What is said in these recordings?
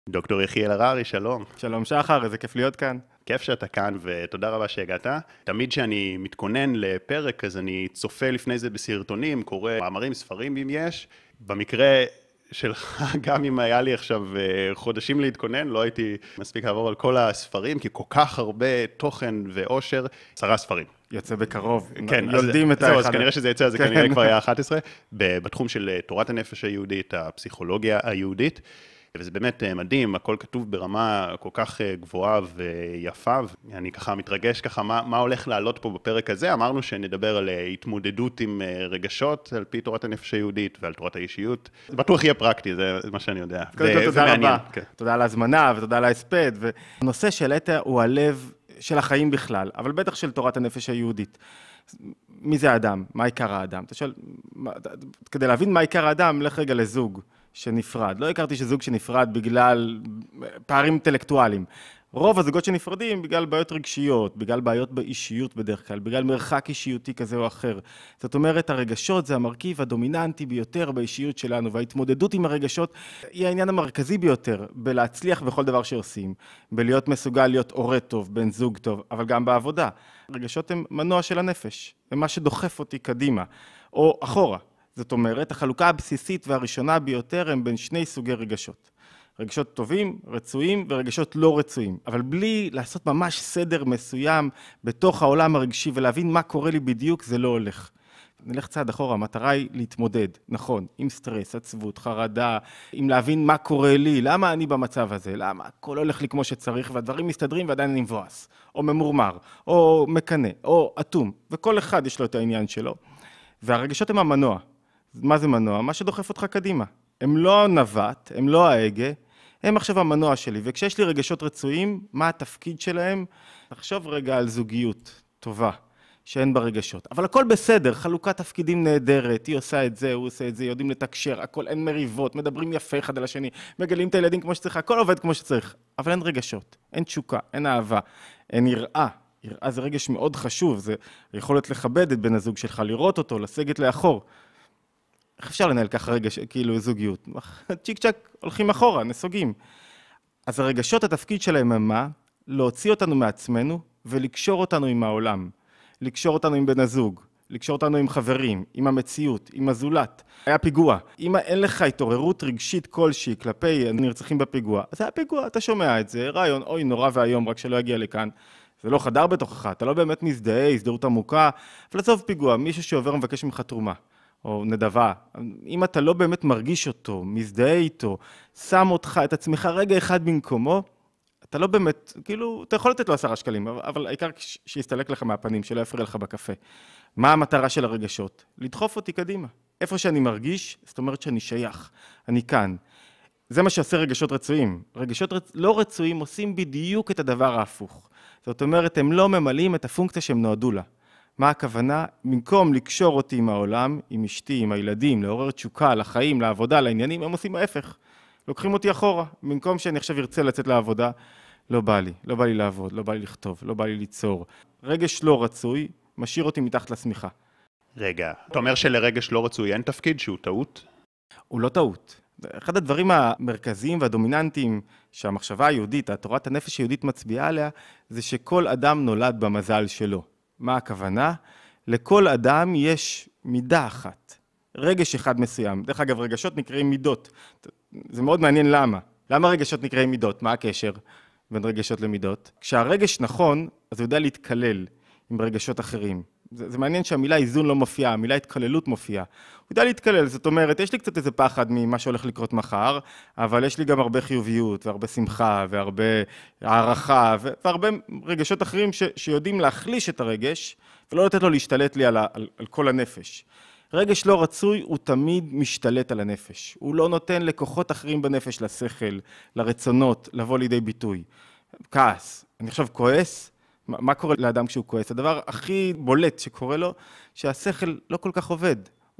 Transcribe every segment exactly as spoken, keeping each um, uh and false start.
דוקטור יחיאל הררי, שלום. שלום שחר, איזה כיף להיות כאן. כיף שאתה כאן ותודה רבה שהגעת. תמיד שאני מתכונן לפרק, אז אני צופה לפני זה בסרטונים, קורא מאמרים, ספרים אם יש. במקרה שלך, גם אם היה לי עכשיו חודשים להתכונן, לא הייתי מספיק לעבור על כל הספרים, כי כל כך הרבה תוכן ואושר, עשרה ספרים. יוצא בקרוב, כן, יולדים את האחד. האחד. אז כנראה שזה יצא, זה כנראה כבר היה אחת עשרה, בתחום של תורת הנפש היהודית, הפסיכולוגיה היהודית. וזה באמת מדהים, הכל כתוב ברמה כל כך גבוהה ויפה, ואני ככה מתרגש ככה, מה, מה הולך לעלות פה בפרק הזה? אמרנו שנדבר על התמודדות עם רגשות, על פי תורת הנפש היהודית ועל תורת האישיות. זה בטוח יהיה פרקטי, זה מה שאני יודע. קודם כל, תודה רבה. כן. תודה על ההזמנה ותודה על ההספד. והנושא שהעלית הוא הלב של החיים בכלל, אבל בטח של תורת הנפש היהודית. מי זה האדם? מה עיקר האדם? אתה שואל, כדי להבין מה עיקר האדם, לך רגע לזוג. שנפרד. לא הכרתי שזוג שנפרד בגלל פערים אינטלקטואליים. רוב הזוגות שנפרדים בגלל בעיות רגשיות, בגלל בעיות באישיות בדרך כלל, בגלל מרחק אישיותי כזה או אחר. זאת אומרת, הרגשות זה המרכיב הדומיננטי ביותר באישיות שלנו, וההתמודדות עם הרגשות היא העניין המרכזי ביותר בלהצליח בכל דבר שעושים, בלהיות מסוגל להיות הורה טוב, בן זוג טוב, אבל גם בעבודה. רגשות הם מנוע של הנפש, הם מה שדוחף אותי קדימה, או אחורה. זאת אומרת, החלוקה הבסיסית והראשונה ביותר הם בין שני סוגי רגשות. רגשות טובים, רצויים ורגשות לא רצויים. אבל בלי לעשות ממש סדר מסוים בתוך העולם הרגשי ולהבין מה קורה לי בדיוק, זה לא הולך. נלך צעד אחורה, המטרה היא להתמודד, נכון, עם סטרס, עצבות, חרדה, עם להבין מה קורה לי, למה אני במצב הזה, למה הכל הולך לי כמו שצריך והדברים מסתדרים ועדיין אני מבואס, או ממורמר, או מקנה, או אטום, וכל אחד יש לו את העניין שלו. והרגשות הם המנוע. מה זה מנוע? מה שדוחף אותך קדימה. הם לא נווט, הם לא ההגה, הם עכשיו המנוע שלי. וכשיש לי רגשות רצויים, מה התפקיד שלהם? תחשוב רגע על זוגיות טובה, שאין בה רגשות. אבל הכל בסדר, חלוקת תפקידים נהדרת, היא עושה את זה, הוא עושה את זה, יודעים לתקשר, הכל, אין מריבות, מדברים יפה אחד על השני, מגלים את הילדים כמו שצריך, הכל עובד כמו שצריך. אבל אין רגשות, אין תשוקה, אין אהבה, אין יראה. יראה זה רגש מאוד חשוב, זה יכולת לכבד את בן הזוג שלך, לראות אותו, לסגת לאחור. איך אפשר לנהל ככה רגש, כאילו זוגיות? צ'יק צ'ק הולכים אחורה, נסוגים. אז הרגשות, התפקיד שלהם הם מה? להוציא אותנו מעצמנו ולקשור אותנו עם העולם. לקשור אותנו עם בן הזוג, לקשור אותנו עם חברים, עם המציאות, עם הזולת. היה פיגוע. אם אין לך התעוררות רגשית כלשהי כלפי הנרצחים בפיגוע, אז היה פיגוע, אתה שומע את זה, רעיון, אוי, נורא והיום, רק שלא יגיע לכאן. זה לא חדר בתוכך, אתה לא באמת מזדהה, הזדהות עמוקה, אבל עזוב פיגוע, מישהו שעובר ומבקש ממך תרומה. או נדבה, אם אתה לא באמת מרגיש אותו, מזדהה איתו, שם אותך, את עצמך רגע אחד במקומו, אתה לא באמת, כאילו, אתה יכול לתת לו עשרה שקלים, אבל העיקר שיסתלק לך מהפנים, שלא יפריע לך בקפה. מה המטרה של הרגשות? לדחוף אותי קדימה. איפה שאני מרגיש, זאת אומרת שאני שייך, אני כאן. זה מה שעושה רגשות רצויים. רגשות רצ... לא רצויים עושים בדיוק את הדבר ההפוך. זאת אומרת, הם לא ממלאים את הפונקציה שהם נועדו לה. מה הכוונה? במקום לקשור אותי עם העולם, עם אשתי, עם הילדים, לעורר תשוקה, לחיים, לעבודה, לעניינים, הם עושים ההפך. לוקחים אותי אחורה. במקום שאני עכשיו ארצה לצאת לעבודה, לא בא לי, לא בא לי לעבוד, לא בא לי לכתוב, לא בא לי ליצור. רגש לא רצוי, משאיר אותי מתחת לשמיכה. רגע, אתה אומר שלרגש לא רצוי אין תפקיד שהוא טעות? הוא לא טעות. אחד הדברים המרכזיים והדומיננטיים שהמחשבה היהודית, התורת הנפש היהודית מצביעה עליה, זה שכל אדם נולד במזל שלו. מה הכוונה? לכל אדם יש מידה אחת, רגש אחד מסוים. דרך אגב, רגשות נקראים מידות. זה מאוד מעניין למה. למה רגשות נקראים מידות? מה הקשר בין רגשות למידות? כשהרגש נכון, אז הוא יודע להתקלל עם רגשות אחרים. זה, זה מעניין שהמילה איזון לא מופיעה, המילה התקללות מופיעה. הוא יודע להתקלל, זאת אומרת, יש לי קצת איזה פחד ממה שהולך לקרות מחר, אבל יש לי גם הרבה חיוביות, והרבה שמחה, והרבה הערכה, והרבה רגשות אחרים ש, שיודעים להחליש את הרגש, ולא לתת לו להשתלט לי על, על, על כל הנפש. רגש לא רצוי הוא תמיד משתלט על הנפש. הוא לא נותן לכוחות אחרים בנפש, לשכל, לרצונות, לבוא לידי ביטוי. כעס. אני עכשיו כועס, מה קורה לאדם כשהוא כועס? הדבר הכי בולט שקורה לו, שהשכל לא כל כך עובד.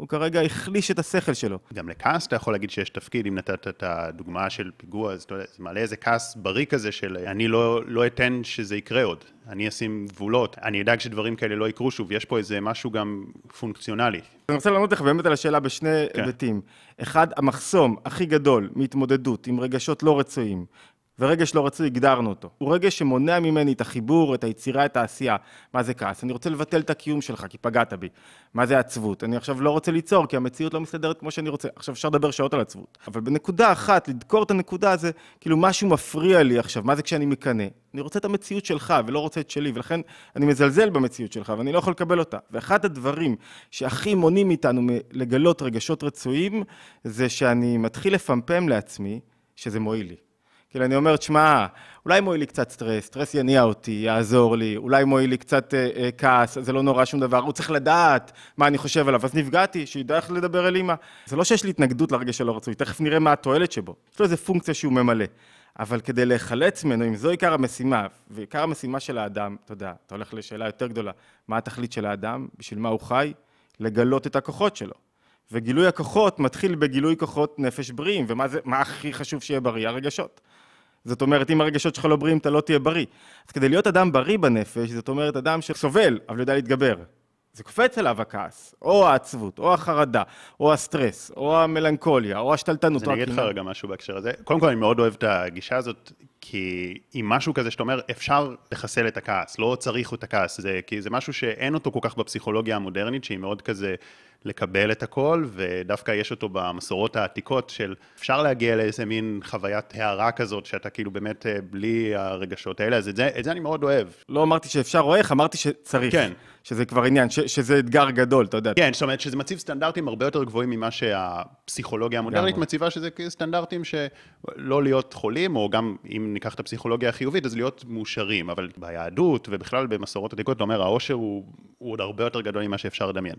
הוא כרגע החליש את השכל שלו. גם לכעס אתה יכול להגיד שיש תפקיד, אם נתת את הדוגמה של פיגוע, אז אתה יודע, זה מעלה איזה כעס בריא כזה של אני לא, לא אתן שזה יקרה עוד, אני אשים גבולות, אני אדאג שדברים כאלה לא יקרו שוב, יש פה איזה משהו גם פונקציונלי. אני רוצה לענות לך באמת על השאלה בשני כן. היבטים. אחד, המחסום הכי גדול מהתמודדות עם רגשות לא רצויים, ורגש לא רצוי, הגדרנו אותו. הוא רגש שמונע ממני את החיבור, את היצירה, את העשייה. מה זה כעס? אני רוצה לבטל את הקיום שלך, כי פגעת בי. מה זה עצבות? אני עכשיו לא רוצה ליצור, כי המציאות לא מסתדרת כמו שאני רוצה. עכשיו אפשר לדבר שעות על עצבות. אבל בנקודה אחת, לדקור את הנקודה הזה, כאילו משהו מפריע לי עכשיו. מה זה כשאני מקנה? אני רוצה את המציאות שלך, ולא רוצה את שלי, ולכן אני מזלזל במציאות שלך, ואני לא יכול לקבל אותה. ואחד הדברים שהכי מונעים מאיתנו לגלות רגשות רצויים, זה שאני מתחיל לפמפם לעצמי, שזה מועיל לי. כאילו אני אומר, תשמע, אולי מועיל לי קצת סטרס, סטרס יניע אותי, יעזור לי, אולי מועיל לי קצת אה, אה, כעס, זה לא נורא שום דבר, הוא צריך לדעת מה אני חושב עליו, אז נפגעתי, שידע איך לדבר אל אמא. זה לא שיש לי התנגדות לרגש שלא רצוי, תכף נראה מה התועלת שבו. יש לו איזו פונקציה שהוא ממלא. אבל כדי להיחלץ ממנו, אם זו עיקר המשימה, ועיקר המשימה של האדם, אתה יודע, אתה הולך לשאלה יותר גדולה, מה התכלית של האדם, בשביל מה הוא חי? לגלות את הכוחות שלו. וגילוי הכוחות מתחיל בגילוי כוחות נפש בריאים, ומה זה, מה הכי חשוב שיהיה בריא? הרגשות. זאת אומרת, אם הרגשות שלך לא בריאים, אתה לא תהיה בריא. אז כדי להיות אדם בריא בנפש, זאת אומרת, אדם שסובל, אבל יודע להתגבר. זה קופץ עליו הכעס, או העצבות, או החרדה, או הסטרס, או המלנכוליה, או השתלטנות. אז אני אגיד לך רגע משהו בהקשר הזה. קודם כל, אני מאוד אוהב את הגישה הזאת, כי עם משהו כזה שאתה אומר, אפשר לחסל את הכעס, לא צריך את הכעס, זה, כי זה משהו שאין אותו כל כך בפסיכולוגיה המודרנית, שהיא מאוד כזה לקבל את הכל, ודווקא יש אותו במסורות העתיקות של אפשר להגיע לאיזה מין חוויית הערה כזאת, שאתה כאילו באמת בלי הרגשות האלה, אז את זה, את זה אני מאוד אוהב. לא אמרתי שאפשר או איך, אמרתי שצריך. כן. שזה כבר עניין, ש, שזה אתגר גדול, אתה יודע. כן, זאת אומרת שזה מציב סטנדרטים הרבה יותר גבוהים ממה שהפסיכולוגיה המודרנית מציבה, שזה סטנדרטים שלא להיות חולים, או גם אם ניקח את הפסיכולוגיה החיובית, אז להיות מאושרים, אבל ביהדות ובכלל במסורות עתיקות, אתה אומר, העושר הוא, הוא עוד הרבה יותר גדול ממה שאפשר לדמיין.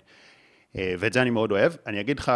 ואת זה אני מאוד אוהב. אני אגיד לך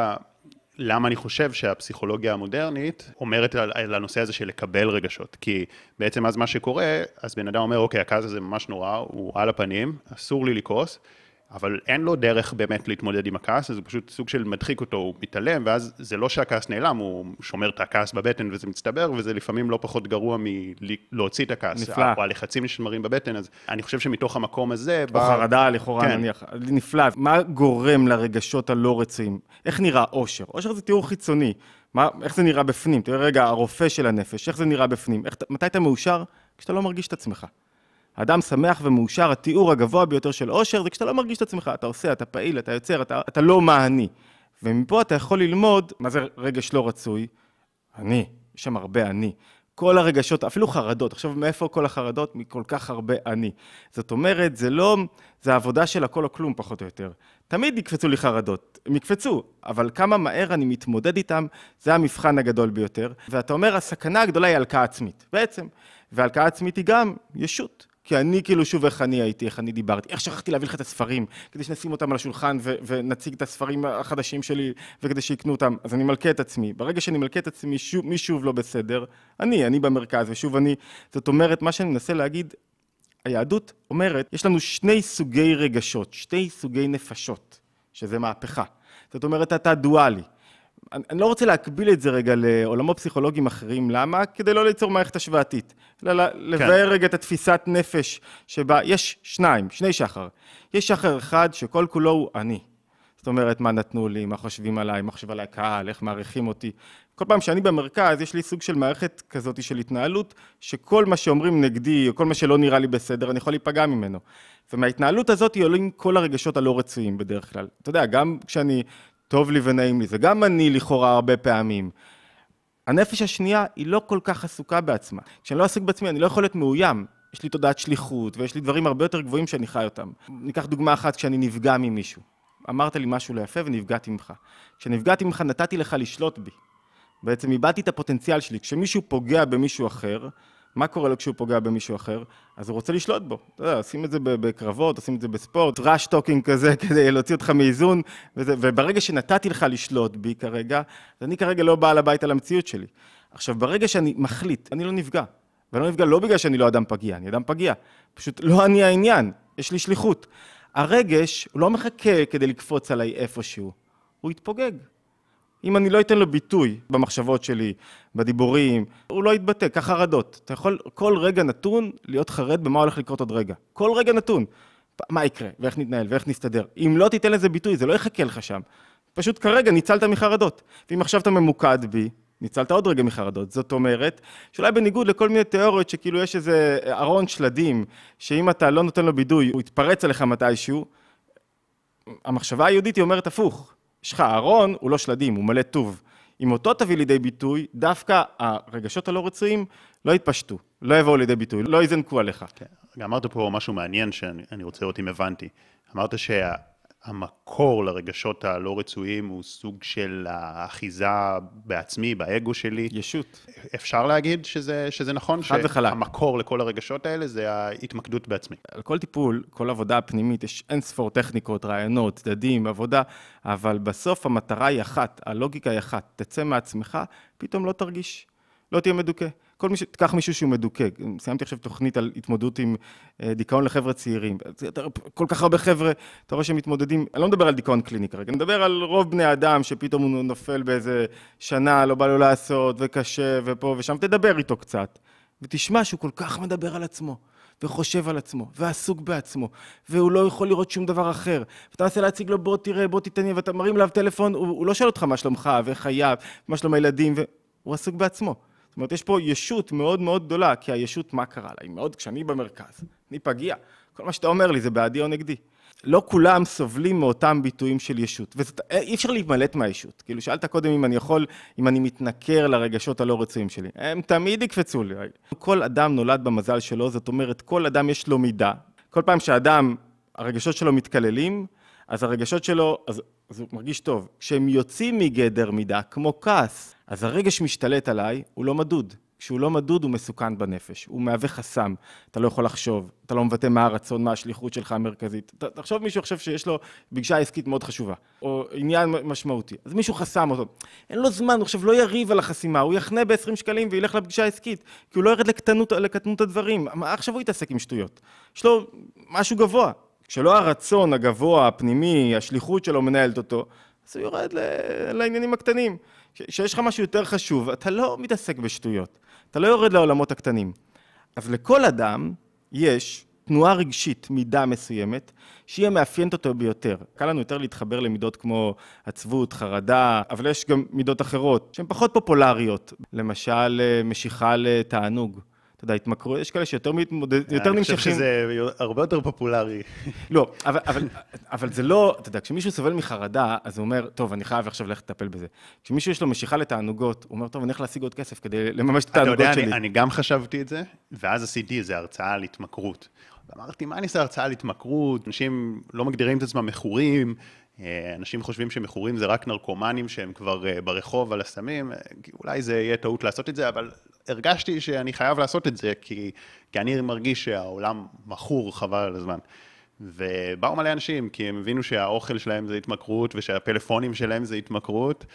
למה אני חושב שהפסיכולוגיה המודרנית אומרת על, על הנושא הזה של לקבל רגשות, כי בעצם אז מה שקורה, אז בן אדם אומר, אוקיי, הכעס הזה ממש נורא, הוא על הפנים, אסור לי לכעוס, אבל אין לו דרך באמת להתמודד עם הכעס, אז הוא פשוט סוג של מדחיק אותו, הוא מתעלם, ואז זה לא שהכעס נעלם, הוא שומר את הכעס בבטן וזה מצטבר, וזה לפעמים לא פחות גרוע מלהוציא את הכעס. נפלא. או הלחצים נשמרים בבטן, אז אני חושב שמתוך המקום הזה... או בא... חרדה, לכאורה, כן. נניח. נפלא. מה גורם לרגשות הלא רצויים? איך נראה אושר? אושר זה תיאור חיצוני. מה, איך זה נראה בפנים? תראה רגע, הרופא של הנפש, איך זה נראה בפנים? איך, מתי אתה מאושר? כשאתה לא מרגיש את עצמך. האדם שמח ומאושר, התיאור הגבוה ביותר של אושר, זה כשאתה לא מרגיש את עצמך, אתה עושה, אתה פעיל, אתה יוצר, אתה, אתה לא מעני. ומפה אתה יכול ללמוד, מה זה רגש לא רצוי? אני, יש שם הרבה אני. כל הרגשות, אפילו חרדות, עכשיו מאיפה כל החרדות? מכל כך הרבה אני. זאת אומרת, זה לא, זה העבודה של הכל או כלום פחות או יותר. תמיד יקפצו לי חרדות, הם יקפצו, אבל כמה מהר אני מתמודד איתם, זה המבחן הגדול ביותר. ואתה אומר, הסכנה הגדולה היא הלקאה עצמית, בעצם. והלקאה עצמית היא גם ישות. כי אני כאילו שוב איך אני הייתי, איך אני דיברתי, איך שכחתי להביא לך את הספרים, כדי שנשים אותם על השולחן ו- ונציג את הספרים החדשים שלי, וכדי שיקנו אותם, אז אני מלכה את עצמי. ברגע שאני מלכה את עצמי, שוב, מי שוב לא בסדר? אני, אני במרכז, ושוב אני, זאת אומרת, מה שאני מנסה להגיד, היהדות אומרת, יש לנו שני סוגי רגשות, שני סוגי נפשות, שזה מהפכה. זאת אומרת, אתה דואלי. אני לא רוצה להקביל את זה רגע לעולמות פסיכולוגיים אחרים, למה? כדי לא ליצור מערכת השוואתית, אלא לבאר רגע את התפיסת נפש שבה יש שניים, שני שחר. יש שחר אחד שכל כולו הוא אני. זאת אומרת, מה נתנו לי, מה חושבים עליי, מה חושב עליי הקהל, איך מעריכים אותי. כל פעם שאני במרכז, יש לי סוג של מערכת כזאת של התנהלות, שכל מה שאומרים נגדי, או כל מה שלא נראה לי בסדר, אני יכול להיפגע ממנו. ומההתנהלות הזאת עולים כל הרגשות הלא רצויים בדרך כלל. אתה יודע, גם כשאני טוב לי ונעים לי, זה גם אני לכאורה הרבה פעמים. הנפש השנייה היא לא כל כך עסוקה בעצמה. כשאני לא עסוק בעצמי, אני לא יכול להיות מאוים. יש לי תודעת שליחות, ויש לי דברים הרבה יותר גבוהים שאני חי אותם. ניקח דוגמה אחת, כשאני נפגע ממישהו. אמרת לי משהו לא יפה ונפגעתי ממך. כשנפגעתי ממך, נתתי לך לשלוט בי. בעצם איבדתי את הפוטנציאל שלי. כשמישהו פוגע במישהו אחר, מה קורה לו כשהוא פוגע במישהו אחר? אז הוא רוצה לשלוט בו. אתה יודע, עושים את זה בקרבות, עושים את זה בספורט, טראש טוקינג כזה, כדי להוציא אותך מאיזון, וזה, וברגע שנתתי לך לשלוט בי כרגע, אז אני כרגע לא בא לבית על המציאות שלי. עכשיו, ברגע שאני מחליט, אני לא נפגע. ואני לא נפגע לא בגלל שאני לא אדם פגיע, אני אדם פגיע. פשוט לא אני העניין, יש לי שליחות. הרגש, הוא לא מחכה כדי לקפוץ עליי איפשהו. הוא יתפוגג. אם אני לא אתן לו ביטוי במחשבות שלי, בדיבורים, הוא לא יתבטא, כך חרדות. אתה יכול כל רגע נתון להיות חרד במה הולך לקרות עוד רגע. כל רגע נתון. מה יקרה, ואיך נתנהל, ואיך נסתדר. אם לא תיתן לזה ביטוי, זה לא יחכה לך שם. פשוט כרגע ניצלת מחרדות. ואם עכשיו אתה ממוקד בי, ניצלת עוד רגע מחרדות. זאת אומרת, שאולי בניגוד לכל מיני תיאוריות שכאילו יש איזה ארון שלדים, שאם אתה לא נותן לו ביטוי, הוא יתפרץ עליך מתישהו, המחשבה היהודית היא אומרת הפוך. יש לך ארון, הוא לא שלדים, הוא מלא טוב. אם אותו תביא לידי ביטוי, דווקא הרגשות הלא רצויים לא יתפשטו, לא יבואו לידי ביטוי, לא יזנקו עליך. כן. אמרת פה משהו מעניין שאני רוצה לראות אם הבנתי. אמרת שהמקור לרגשות הלא רצויים הוא סוג של האחיזה בעצמי, באגו שלי. ישות. אפשר להגיד שזה, שזה נכון? חד וחלק. שהמקור לכל הרגשות האלה זה ההתמקדות בעצמי. על כל טיפול, כל עבודה פנימית, יש אין ספור טכניקות, רעיונות, צדדים, עבודה, אבל בסוף המטרה היא אחת, הלוגיקה היא אחת. תצא מעצמך, פתאום לא תרגיש, לא תהיה מדוכא. כל מי ש... תקח מישהו שהוא מדוכא. סיימתי עכשיו תוכנית על התמודדות עם דיכאון לחבר'ה צעירים. כל כך הרבה חבר'ה, אתה רואה שהם מתמודדים, אני לא מדבר על דיכאון קליני כרגע, אני מדבר על רוב בני אדם שפתאום הוא נופל באיזה שנה, לא בא לו לעשות, וקשה, ופה ושם, תדבר איתו קצת. ותשמע שהוא כל כך מדבר על עצמו, וחושב על עצמו, ועסוק בעצמו, והוא לא יכול לראות שום דבר אחר. ואתה מנסה להציג לו, בוא תראה, בוא תתעניין, ואתה מרים אליו טלפון, הוא, הוא לא שואל אותך מה שלומך, וחייב, מה שלום הילדים, והוא עסוק בעצמו. זאת אומרת, יש פה ישות מאוד מאוד גדולה, כי הישות מה קרה לה? היא מאוד, כשאני במרכז, אני פגיע. כל מה שאתה אומר לי זה בעדי או נגדי. לא כולם סובלים מאותם ביטויים של ישות, ואי אפשר להימלט מהישות. כאילו, שאלת קודם אם אני יכול, אם אני מתנכר לרגשות הלא רצויים שלי. הם תמיד יקפצו לי. כל אדם נולד במזל שלו, זאת אומרת, כל אדם יש לו מידה. כל פעם שהאדם, הרגשות שלו מתקללים, אז הרגשות שלו, אז, אז הוא מרגיש טוב. כשהם יוצאים מגדר מידה, כמו כעס, אז הרגש משתלט עליי, הוא לא מדוד. כשהוא לא מדוד, הוא מסוכן בנפש. הוא מהווה חסם. אתה לא יכול לחשוב. אתה לא מבטא מה הרצון, מה השליחות שלך המרכזית. תחשוב מישהו חושב שיש לו פגישה עסקית מאוד חשובה, או עניין משמעותי. אז מישהו חסם אותו. אין לו זמן, הוא עכשיו לא יריב על החסימה, הוא יחנה ב-עשרים שקלים וילך לפגישה העסקית, כי הוא לא ירד לקטנות, לקטנות הדברים. מה, עכשיו הוא יתעסק עם שטויות. יש לו משהו גבוה. כשלא הרצון הגבוה, הפנימי, השליחות שלו מנהלת אותו, אז הוא יורד לעניינים הקטנים. שיש לך משהו יותר חשוב, אתה לא מתעסק בשטויות. אתה לא יורד לעולמות הקטנים. אז לכל אדם יש תנועה רגשית, מידה מסוימת, שהיא המאפיינת אותו ביותר. קל לנו יותר להתחבר למידות כמו עצבות, חרדה, אבל יש גם מידות אחרות שהן פחות פופולריות. למשל, משיכה לתענוג. אתה יודע, התמכרות, יש כאלה שיותר מתמודד, יותר נמשכים. אני חושב שזה הרבה יותר פופולרי. לא, אבל, אבל, אבל זה לא, אתה יודע, כשמישהו סובל מחרדה, אז הוא אומר, טוב, אני חייב עכשיו ללכת לטפל בזה. כשמישהו יש לו משיכה לתענוגות, הוא אומר, טוב, אני הולך להשיג עוד כסף כדי לממש את התענוגות שלי. אתה יודע, אני, אני גם חשבתי את זה, ואז עשיתי איזו הרצאה על התמכרות. ואמרתי, מה אני עושה הרצאה על התמכרות? אנשים לא מגדירים את עצמם מכורים, אנשים חושבים שמכורים זה רק נרקומנים שהם כבר ברחוב על הסמים, אולי זה יהיה טעות לעשות את זה, אבל הרגשתי שאני חייב לעשות את זה, כי, כי אני מרגיש שהעולם מכור חבל על הזמן. ובאו מלא אנשים, כי הם הבינו שהאוכל שלהם זה התמכרות, ושהפלאפונים שלהם זה התמכרות,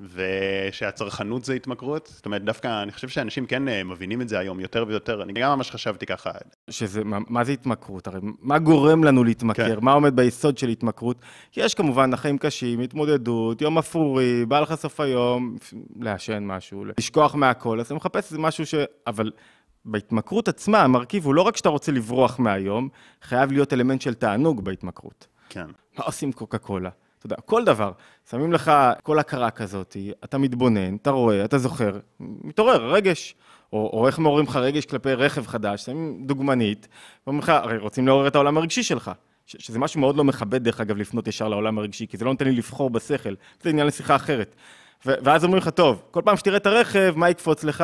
ושהצרכנות זה התמכרות. זאת אומרת, דווקא אני חושב שאנשים כן מבינים את זה היום יותר ויותר. אני גם ממש חשבתי ככה. שזה, מה, מה זה התמכרות? הרי מה גורם לנו להתמכר? כן. מה עומד ביסוד של התמכרות? כי יש כמובן החיים קשים, התמודדות, יום אפורי, בא לך סוף היום, לעשן משהו, לשכוח מהכל. אז אני מחפש איזה משהו ש... אבל בהתמכרות עצמה, המרכיב הוא לא רק שאתה רוצה לברוח מהיום, חייב להיות אלמנט של תענוג בהתמכרות. כן. מה עושים קוקה קולה? אתה יודע, כל דבר, שמים לך כל הכרה כזאת, אתה מתבונן, אתה רואה, אתה זוכר, מתעורר, רגש, או, או איך מעוררים לך רגש כלפי רכב חדש, שמים דוגמנית, ואומרים לך, הרי רוצים לעורר את העולם הרגשי שלך, ש- שזה משהו מאוד לא מכבד דרך אגב לפנות ישר לעולם הרגשי, כי זה לא נותן לי לבחור בשכל, זה עניין לשיחה אחרת. ו- ואז אומרים לך, טוב, כל פעם שתראה את הרכב, מה יקפוץ לך?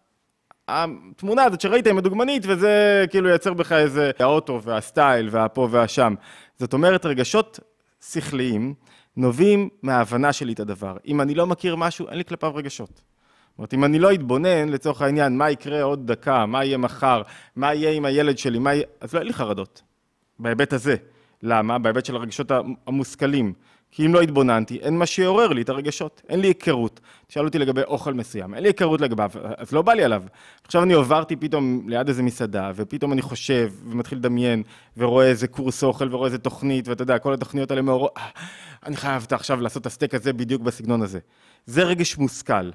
התמונה הזאת שראית עם הדוגמנית, וזה כאילו ייצר בך איזה האוטו והסטייל והפה והשם. זאת אומרת, רגשות שכליים נובעים מההבנה שלי את הדבר. אם אני לא מכיר משהו, אין לי כלפיו רגשות. זאת אומרת, אם אני לא אתבונן לצורך העניין, מה יקרה עוד דקה, מה יהיה מחר, מה יהיה עם הילד שלי, מה יהיה... אז לא אין לי חרדות. בהיבט הזה. למה? בהיבט של הרגשות המושכלים. כי אם לא התבוננתי, אין מה שיעורר לי את הרגשות. אין לי היכרות. תשאל אותי לגבי אוכל מסוים, אין לי היכרות לגביו, אז לא בא לי עליו. עכשיו אני עברתי פתאום ליד איזה מסעדה, ופתאום אני חושב, ומתחיל לדמיין, ורואה איזה קורס אוכל, ורואה איזה תוכנית, ואתה יודע, כל התוכניות האלה מאורות, אני חייב עכשיו לעשות את הסטייק הזה בדיוק בסגנון הזה. זה רגש מושכל.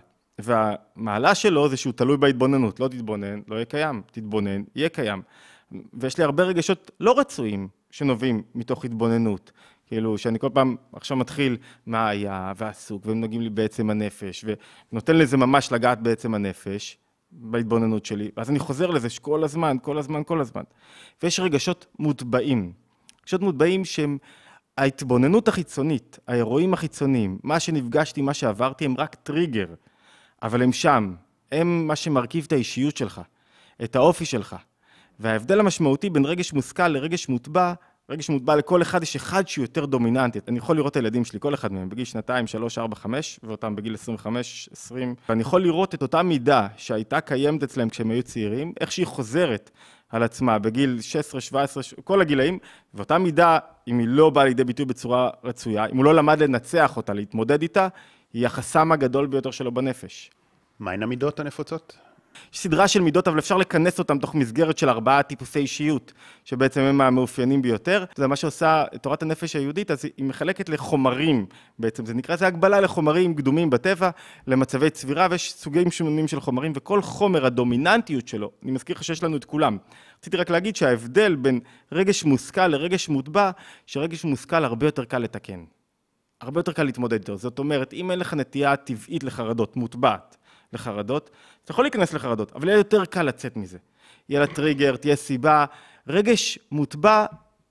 והמעלה שלו זה שהוא תלוי בהתבוננות. לא תתבונן, לא יהיה קיים. תתבונן, יהיה קיים. ויש לי הרבה רגשות לא רצויים שנובעים מתוך התבוננות. כאילו, שאני כל פעם עכשיו מתחיל מה היה ועסוק, והם נוגעים לי בעצם הנפש, ונותן לזה ממש לגעת בעצם הנפש, בהתבוננות שלי, ואז אני חוזר לזה שכל הזמן, כל הזמן, כל הזמן. ויש רגשות מוטבעים. רגשות מוטבעים שהם ההתבוננות החיצונית, האירועים החיצוניים, מה שנפגשתי, מה שעברתי, הם רק טריגר, אבל הם שם, הם מה שמרכיב את האישיות שלך, את האופי שלך. וההבדל המשמעותי בין רגש מושכל לרגש מוטבע, רגש מוטבע לכל אחד יש אחד שהוא יותר דומיננטי. אני יכול לראות את הילדים שלי, כל אחד מהם, בגיל שנתיים, שלוש, ארבע, חמש, ואותם בגיל עשרים וחמש, עשרים. ואני יכול לראות את אותה מידה שהייתה קיימת אצלהם כשהם היו צעירים, איך שהיא חוזרת על עצמה בגיל שש עשרה, שבע עשרה, כל הגילאים, ואותה מידה, אם היא לא באה לידי ביטוי בצורה רצויה, אם הוא לא למד לנצח אותה, להתמודד איתה, היא החסם הגדול ביותר שלו בנפש. מהן המידות הנפוצות? יש סדרה של מידות, אבל אפשר לכנס אותם תוך מסגרת של ארבעה טיפוסי אישיות, שבעצם הם המאופיינים ביותר. זה מה שעושה תורת הנפש היהודית, אז היא מחלקת לחומרים, בעצם זה נקרא, זה הגבלה לחומרים קדומים בטבע, למצבי צבירה, ויש סוגים שונים של חומרים, וכל חומר הדומיננטיות שלו, אני מזכיר לך שיש לנו את כולם. רציתי רק להגיד שההבדל בין רגש מושכל לרגש מוטבע, שרגש מושכל הרבה יותר קל לתקן. הרבה יותר קל להתמודד איתו. זאת אומרת, אם אין לך נטייה טבעית לחרדות, מוטבעת לחרדות, אתה יכול להיכנס לחרדות, אבל יהיה יותר קל לצאת מזה. יהיה לה טריגר, תהיה סיבה. רגש מוטבע,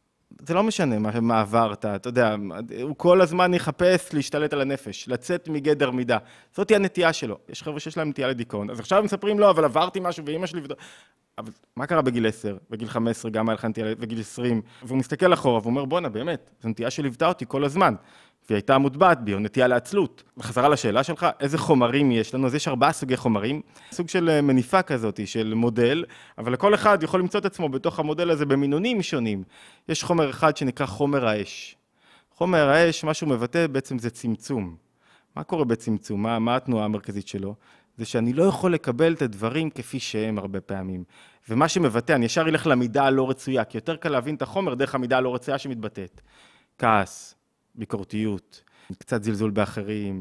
זה לא משנה מה, מה עברת, אתה יודע, הוא כל הזמן יחפש להשתלט על הנפש, לצאת מגדר מידה. זאת היא הנטייה שלו. יש חבר'ה שיש להם נטייה לדיכאון. אז עכשיו מספרים לו, אבל עברתי משהו, ואמא שלי... אבל מה קרה בגיל עשר, בגיל חמש עשרה, גם היה לך נטייה, בגיל עשרים, והוא מסתכל אחורה, והוא אומר, בואנה, באמת, זו נטייה שליוותה אותי כל הזמן. והיא הייתה מוטבעת בי, או נטייה לעצלות. וחזרה לשאלה שלך, איזה חומרים יש לנו? אז יש ארבעה סוגי חומרים, סוג של מניפה כזאת, של מודל, אבל לכל אחד יכול למצוא את עצמו בתוך המודל הזה במינונים שונים. יש חומר אחד שנקרא חומר האש. חומר האש, מה שהוא מבטא בעצם זה צמצום. מה קורה בצמצום? מה, מה התנועה המרכזית שלו? זה שאני לא יכול לקבל את הדברים כפי שהם הרבה פעמים. ומה שמבטא, אני ישר אלך למידה הלא רצויה, כי יותר קל להבין את החומר דרך המידה הלא רצויה שמתבטאת. כעס, ביקורתיות, קצת זלזול באחרים,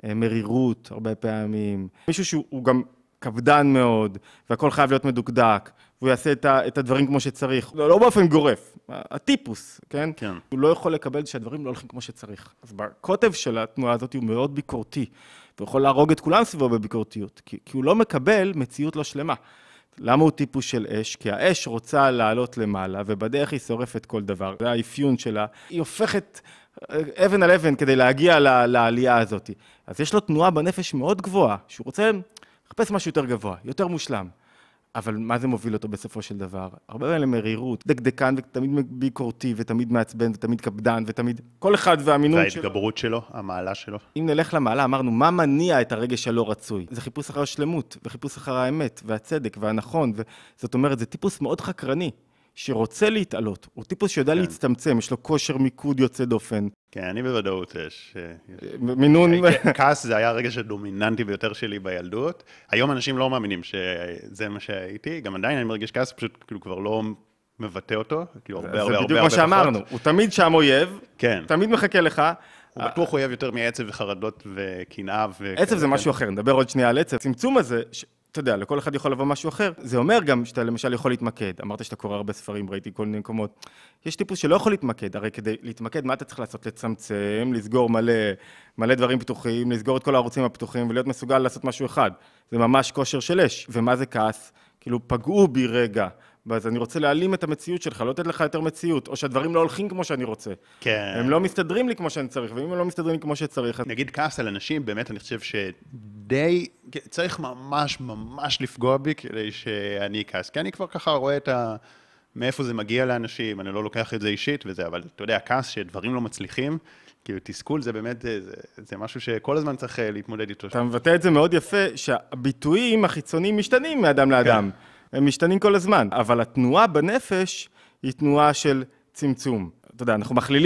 מרירות הרבה פעמים. מישהו שהוא גם קפדן מאוד, והכל חייב להיות מדוקדק, והוא יעשה את הדברים כמו שצריך. לא, לא באופן גורף, הטיפוס, כן? כן. הוא לא יכול לקבל שהדברים לא הולכים כמו שצריך. אז בקוטב של התנועה הזאת הוא מאוד ביקורתי, והוא יכול להרוג את כולם סביבו בביקורתיות, כי, כי הוא לא מקבל מציאות לא שלמה. למה הוא טיפוס של אש? כי האש רוצה לעלות למעלה, ובדרך היא שורפת כל דבר. זה האפיון שלה. היא הופכת אבן על אבן כדי להגיע לעלייה הזאת. אז יש לו תנועה בנפש מאוד גבוהה, שהוא רוצה לחפש משהו יותר גבוה, יותר מושלם. אבל מה זה מוביל אותו בסופו של דבר? הרבה פעמים למרירות, דקדקן ותמיד ביקורתי ותמיד מעצבן ותמיד קפדן ותמיד כל אחד והמינון שלו. וההתגברות שלו, המעלה שלו. אם נלך למעלה, אמרנו, מה מניע את הרגש הלא רצוי? זה חיפוש אחר השלמות וחיפוש אחר האמת והצדק והנכון. זאת אומרת, זה טיפוס מאוד חקרני. שרוצה להתעלות, הוא טיפוס שיודע כן. להצטמצם, יש לו כושר מיקוד יוצא דופן. כן, אני בוודאות יש. מינון... כעס זה היה הרגש הדומיננטי ביותר שלי בילדות. היום אנשים לא מאמינים שזה מה שהייתי, גם עדיין אני מרגיש כעס, פשוט כאילו כבר לא מבטא אותו, כאילו הרבה הרבה הרבה הרבה זה בדיוק מה שאמרנו, הוא תמיד שם אויב, כן. תמיד מחכה לך. הוא בטוח אויב יותר מעצב וחרדות וקנאה. עצב זה משהו אחר, נדבר עוד שנייה על עצב. צמצום הזה... אתה יודע, לכל אחד יכול לבוא משהו אחר. זה אומר גם שאתה למשל יכול להתמקד. אמרת שאתה קורא הרבה ספרים, ראיתי כל מיני מקומות. יש טיפוס שלא יכול להתמקד, הרי כדי להתמקד, מה אתה צריך לעשות? לצמצם, לסגור מלא, מלא דברים פתוחים, לסגור את כל הערוצים הפתוחים ולהיות מסוגל לעשות משהו אחד. זה ממש כושר של אש. ומה זה כעס? כאילו פגעו בי רגע. אז אני רוצה להעלים את המציאות שלך, לא לתת לך יותר מציאות, או שהדברים לא הולכים כמו שאני רוצה. כן. הם לא מסתדרים לי כמו שאני צריך, ואם הם לא מסתדרים לי כמו שצריך... נגיד כעס על אנשים, באמת אני חושב שדי, צריך ממש ממש לפגוע בי כדי שאני כעס, כי אני כבר ככה רואה את ה... מאיפה זה מגיע לאנשים, אני לא לוקח את זה אישית וזה, אבל אתה יודע, כעס שדברים לא מצליחים, כאילו תסכול זה באמת, זה, זה משהו שכל הזמן צריך להתמודד איתו. אתה מבטא את זה מאוד יפה, שהביטויים החיצוניים משתנים מאדם לאדם. כן. הם משתנים כל הזמן, אבל התנועה בנפש היא תנועה של צמצום. אתה יודע, אנחנו מכלילים פה.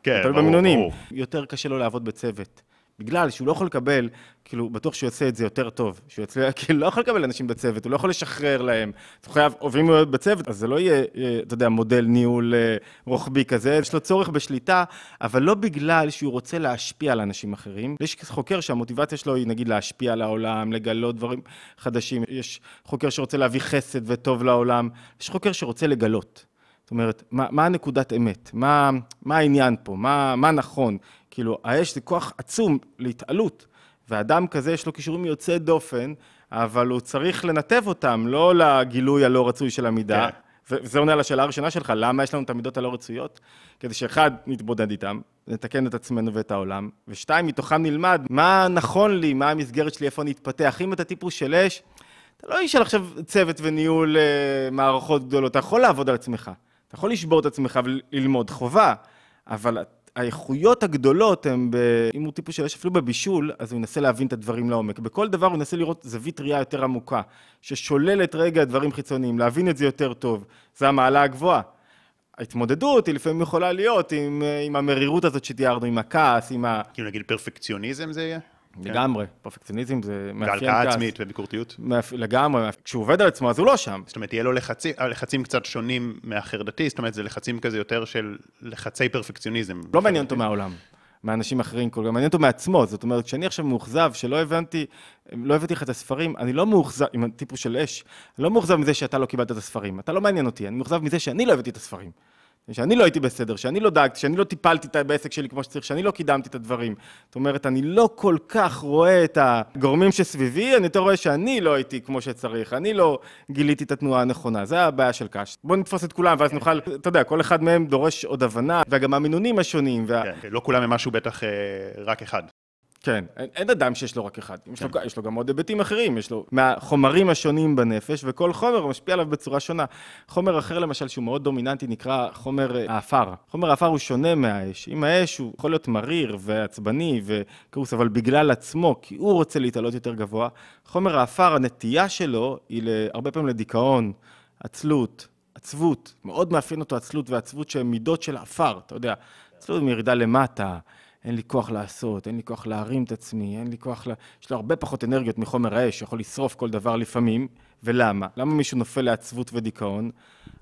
כן, תלוי ברור, במינונים. ברור. יותר קשה לו לעבוד בצוות. בגלל שהוא לא יכול לקבל, כאילו, בטוח שהוא יעשה את זה יותר טוב. שהוא יצליח, כאילו, לא יכול לקבל אנשים בצוות, הוא לא יכול לשחרר להם. הוא חייב, ואם הוא יהיה בצוות, אז זה לא יהיה, אתה יודע, מודל ניהול רוחבי כזה. יש לו צורך בשליטה, אבל לא בגלל שהוא רוצה להשפיע על אנשים אחרים. יש חוקר שהמוטיבציה שלו היא, נגיד, להשפיע על העולם, לגלות דברים חדשים. יש חוקר שרוצה להביא חסד וטוב לעולם. יש חוקר שרוצה לגלות. זאת אומרת, מה, מה הנקודת אמת? מה, מה העניין פה? מה, מה נכון? כאילו, האש זה כוח עצום להתעלות, ואדם כזה יש לו קישורים יוצא דופן, אבל הוא צריך לנתב אותם, לא לגילוי הלא רצוי של המידה, כן. וזה עונה על השאלה הראשונה שלך, למה יש לנו את המידות הלא רצויות? כדי שאחד, נתבודד איתם, נתקן את עצמנו ואת העולם, ושתיים, מתוכם נלמד מה נכון לי, מה המסגרת שלי, איפה נתפתח. אם אתה טיפוס של אש, אתה לא איש של עכשיו צוות וניהול מערכות גדולות, אתה יכול לעבוד על עצמך. אתה יכול לשבור את עצמך וללמוד חובה, אבל האיכויות הגדולות הן, ב... אם הוא טיפוס של אש אפילו בבישול, אז הוא ינסה להבין את הדברים לעומק. בכל דבר הוא ינסה לראות זווית ראייה יותר עמוקה, ששוללת רגע דברים חיצוניים, להבין את זה יותר טוב. זה המעלה הגבוהה. ההתמודדות היא לפעמים יכולה להיות עם, עם המרירות הזאת שתיארנו, עם הכעס, עם ה... כאילו נגיד פרפקציוניזם זה יהיה? לגמרי, פרפקציוניזם זה מאפיין כעס. והלקאה עצמית וביקורתיות? לגמרי, כשהוא עובד על עצמו אז הוא לא שם. זאת אומרת, יהיה לו לחצים, לחצים קצת שונים מהחרדתי, זאת אומרת, זה לחצים כזה יותר של לחצי פרפקציוניזם. לא מעניין אותו מהעולם, מאנשים אחרים, כל גם מעניין אותו מעצמו, זאת אומרת, כשאני עכשיו מאוכזב, שלא הבנתי, לא הבאתי לך את הספרים, אני לא מאוכזב, עם הטיפוס של אש, אני לא מאוכזב מזה שאתה לא קיבלת את הספרים, אתה לא מעניין אותי, אני מאוכזב מזה שאני לא הבאתי את הספרים. שאני לא הייתי בסדר, שאני לא דאגתי, שאני לא טיפלתי בעסק שלי כמו שצריך, שאני לא קידמתי את הדברים. זאת אומרת, אני לא כל כך רואה את הגורמים שסביבי, אני יותר רואה שאני לא הייתי כמו שצריך, אני לא גיליתי את התנועה הנכונה, זה הבעיה של קש. בואו נתפוס את כולם, ואז נוכל, אתה יודע, כל אחד מהם דורש עוד הבנה, וגם המינונים השונים. וה... כן, לא כולם הם משהו בטח רק אחד. כן, אין, אין אדם שיש לו רק אחד, כן. יש, לו, יש לו גם עוד היבטים אחרים, יש לו מהחומרים השונים בנפש, וכל חומר משפיע עליו בצורה שונה. חומר אחר למשל שהוא מאוד דומיננטי נקרא חומר האפר. חומר האפר הוא שונה מהאש. אם האש הוא יכול להיות מריר ועצבני וכרוס, אבל בגלל עצמו, כי הוא רוצה להתעלות יותר גבוה, חומר האפר, הנטייה שלו היא הרבה פעמים לדיכאון, עצלות, עצבות, מאוד מאפיין אותו עצלות ועצבות שהן מידות של האפר, אתה יודע, עצלות מירידה למטה, אין לי כוח לעשות, אין לי כוח להרים את עצמי, אין לי כוח לה... יש לו הרבה פחות אנרגיות מחומר האש, שיכול לשרוף כל דבר לפעמים. ולמה? למה מישהו נופל לעצבות ודיכאון?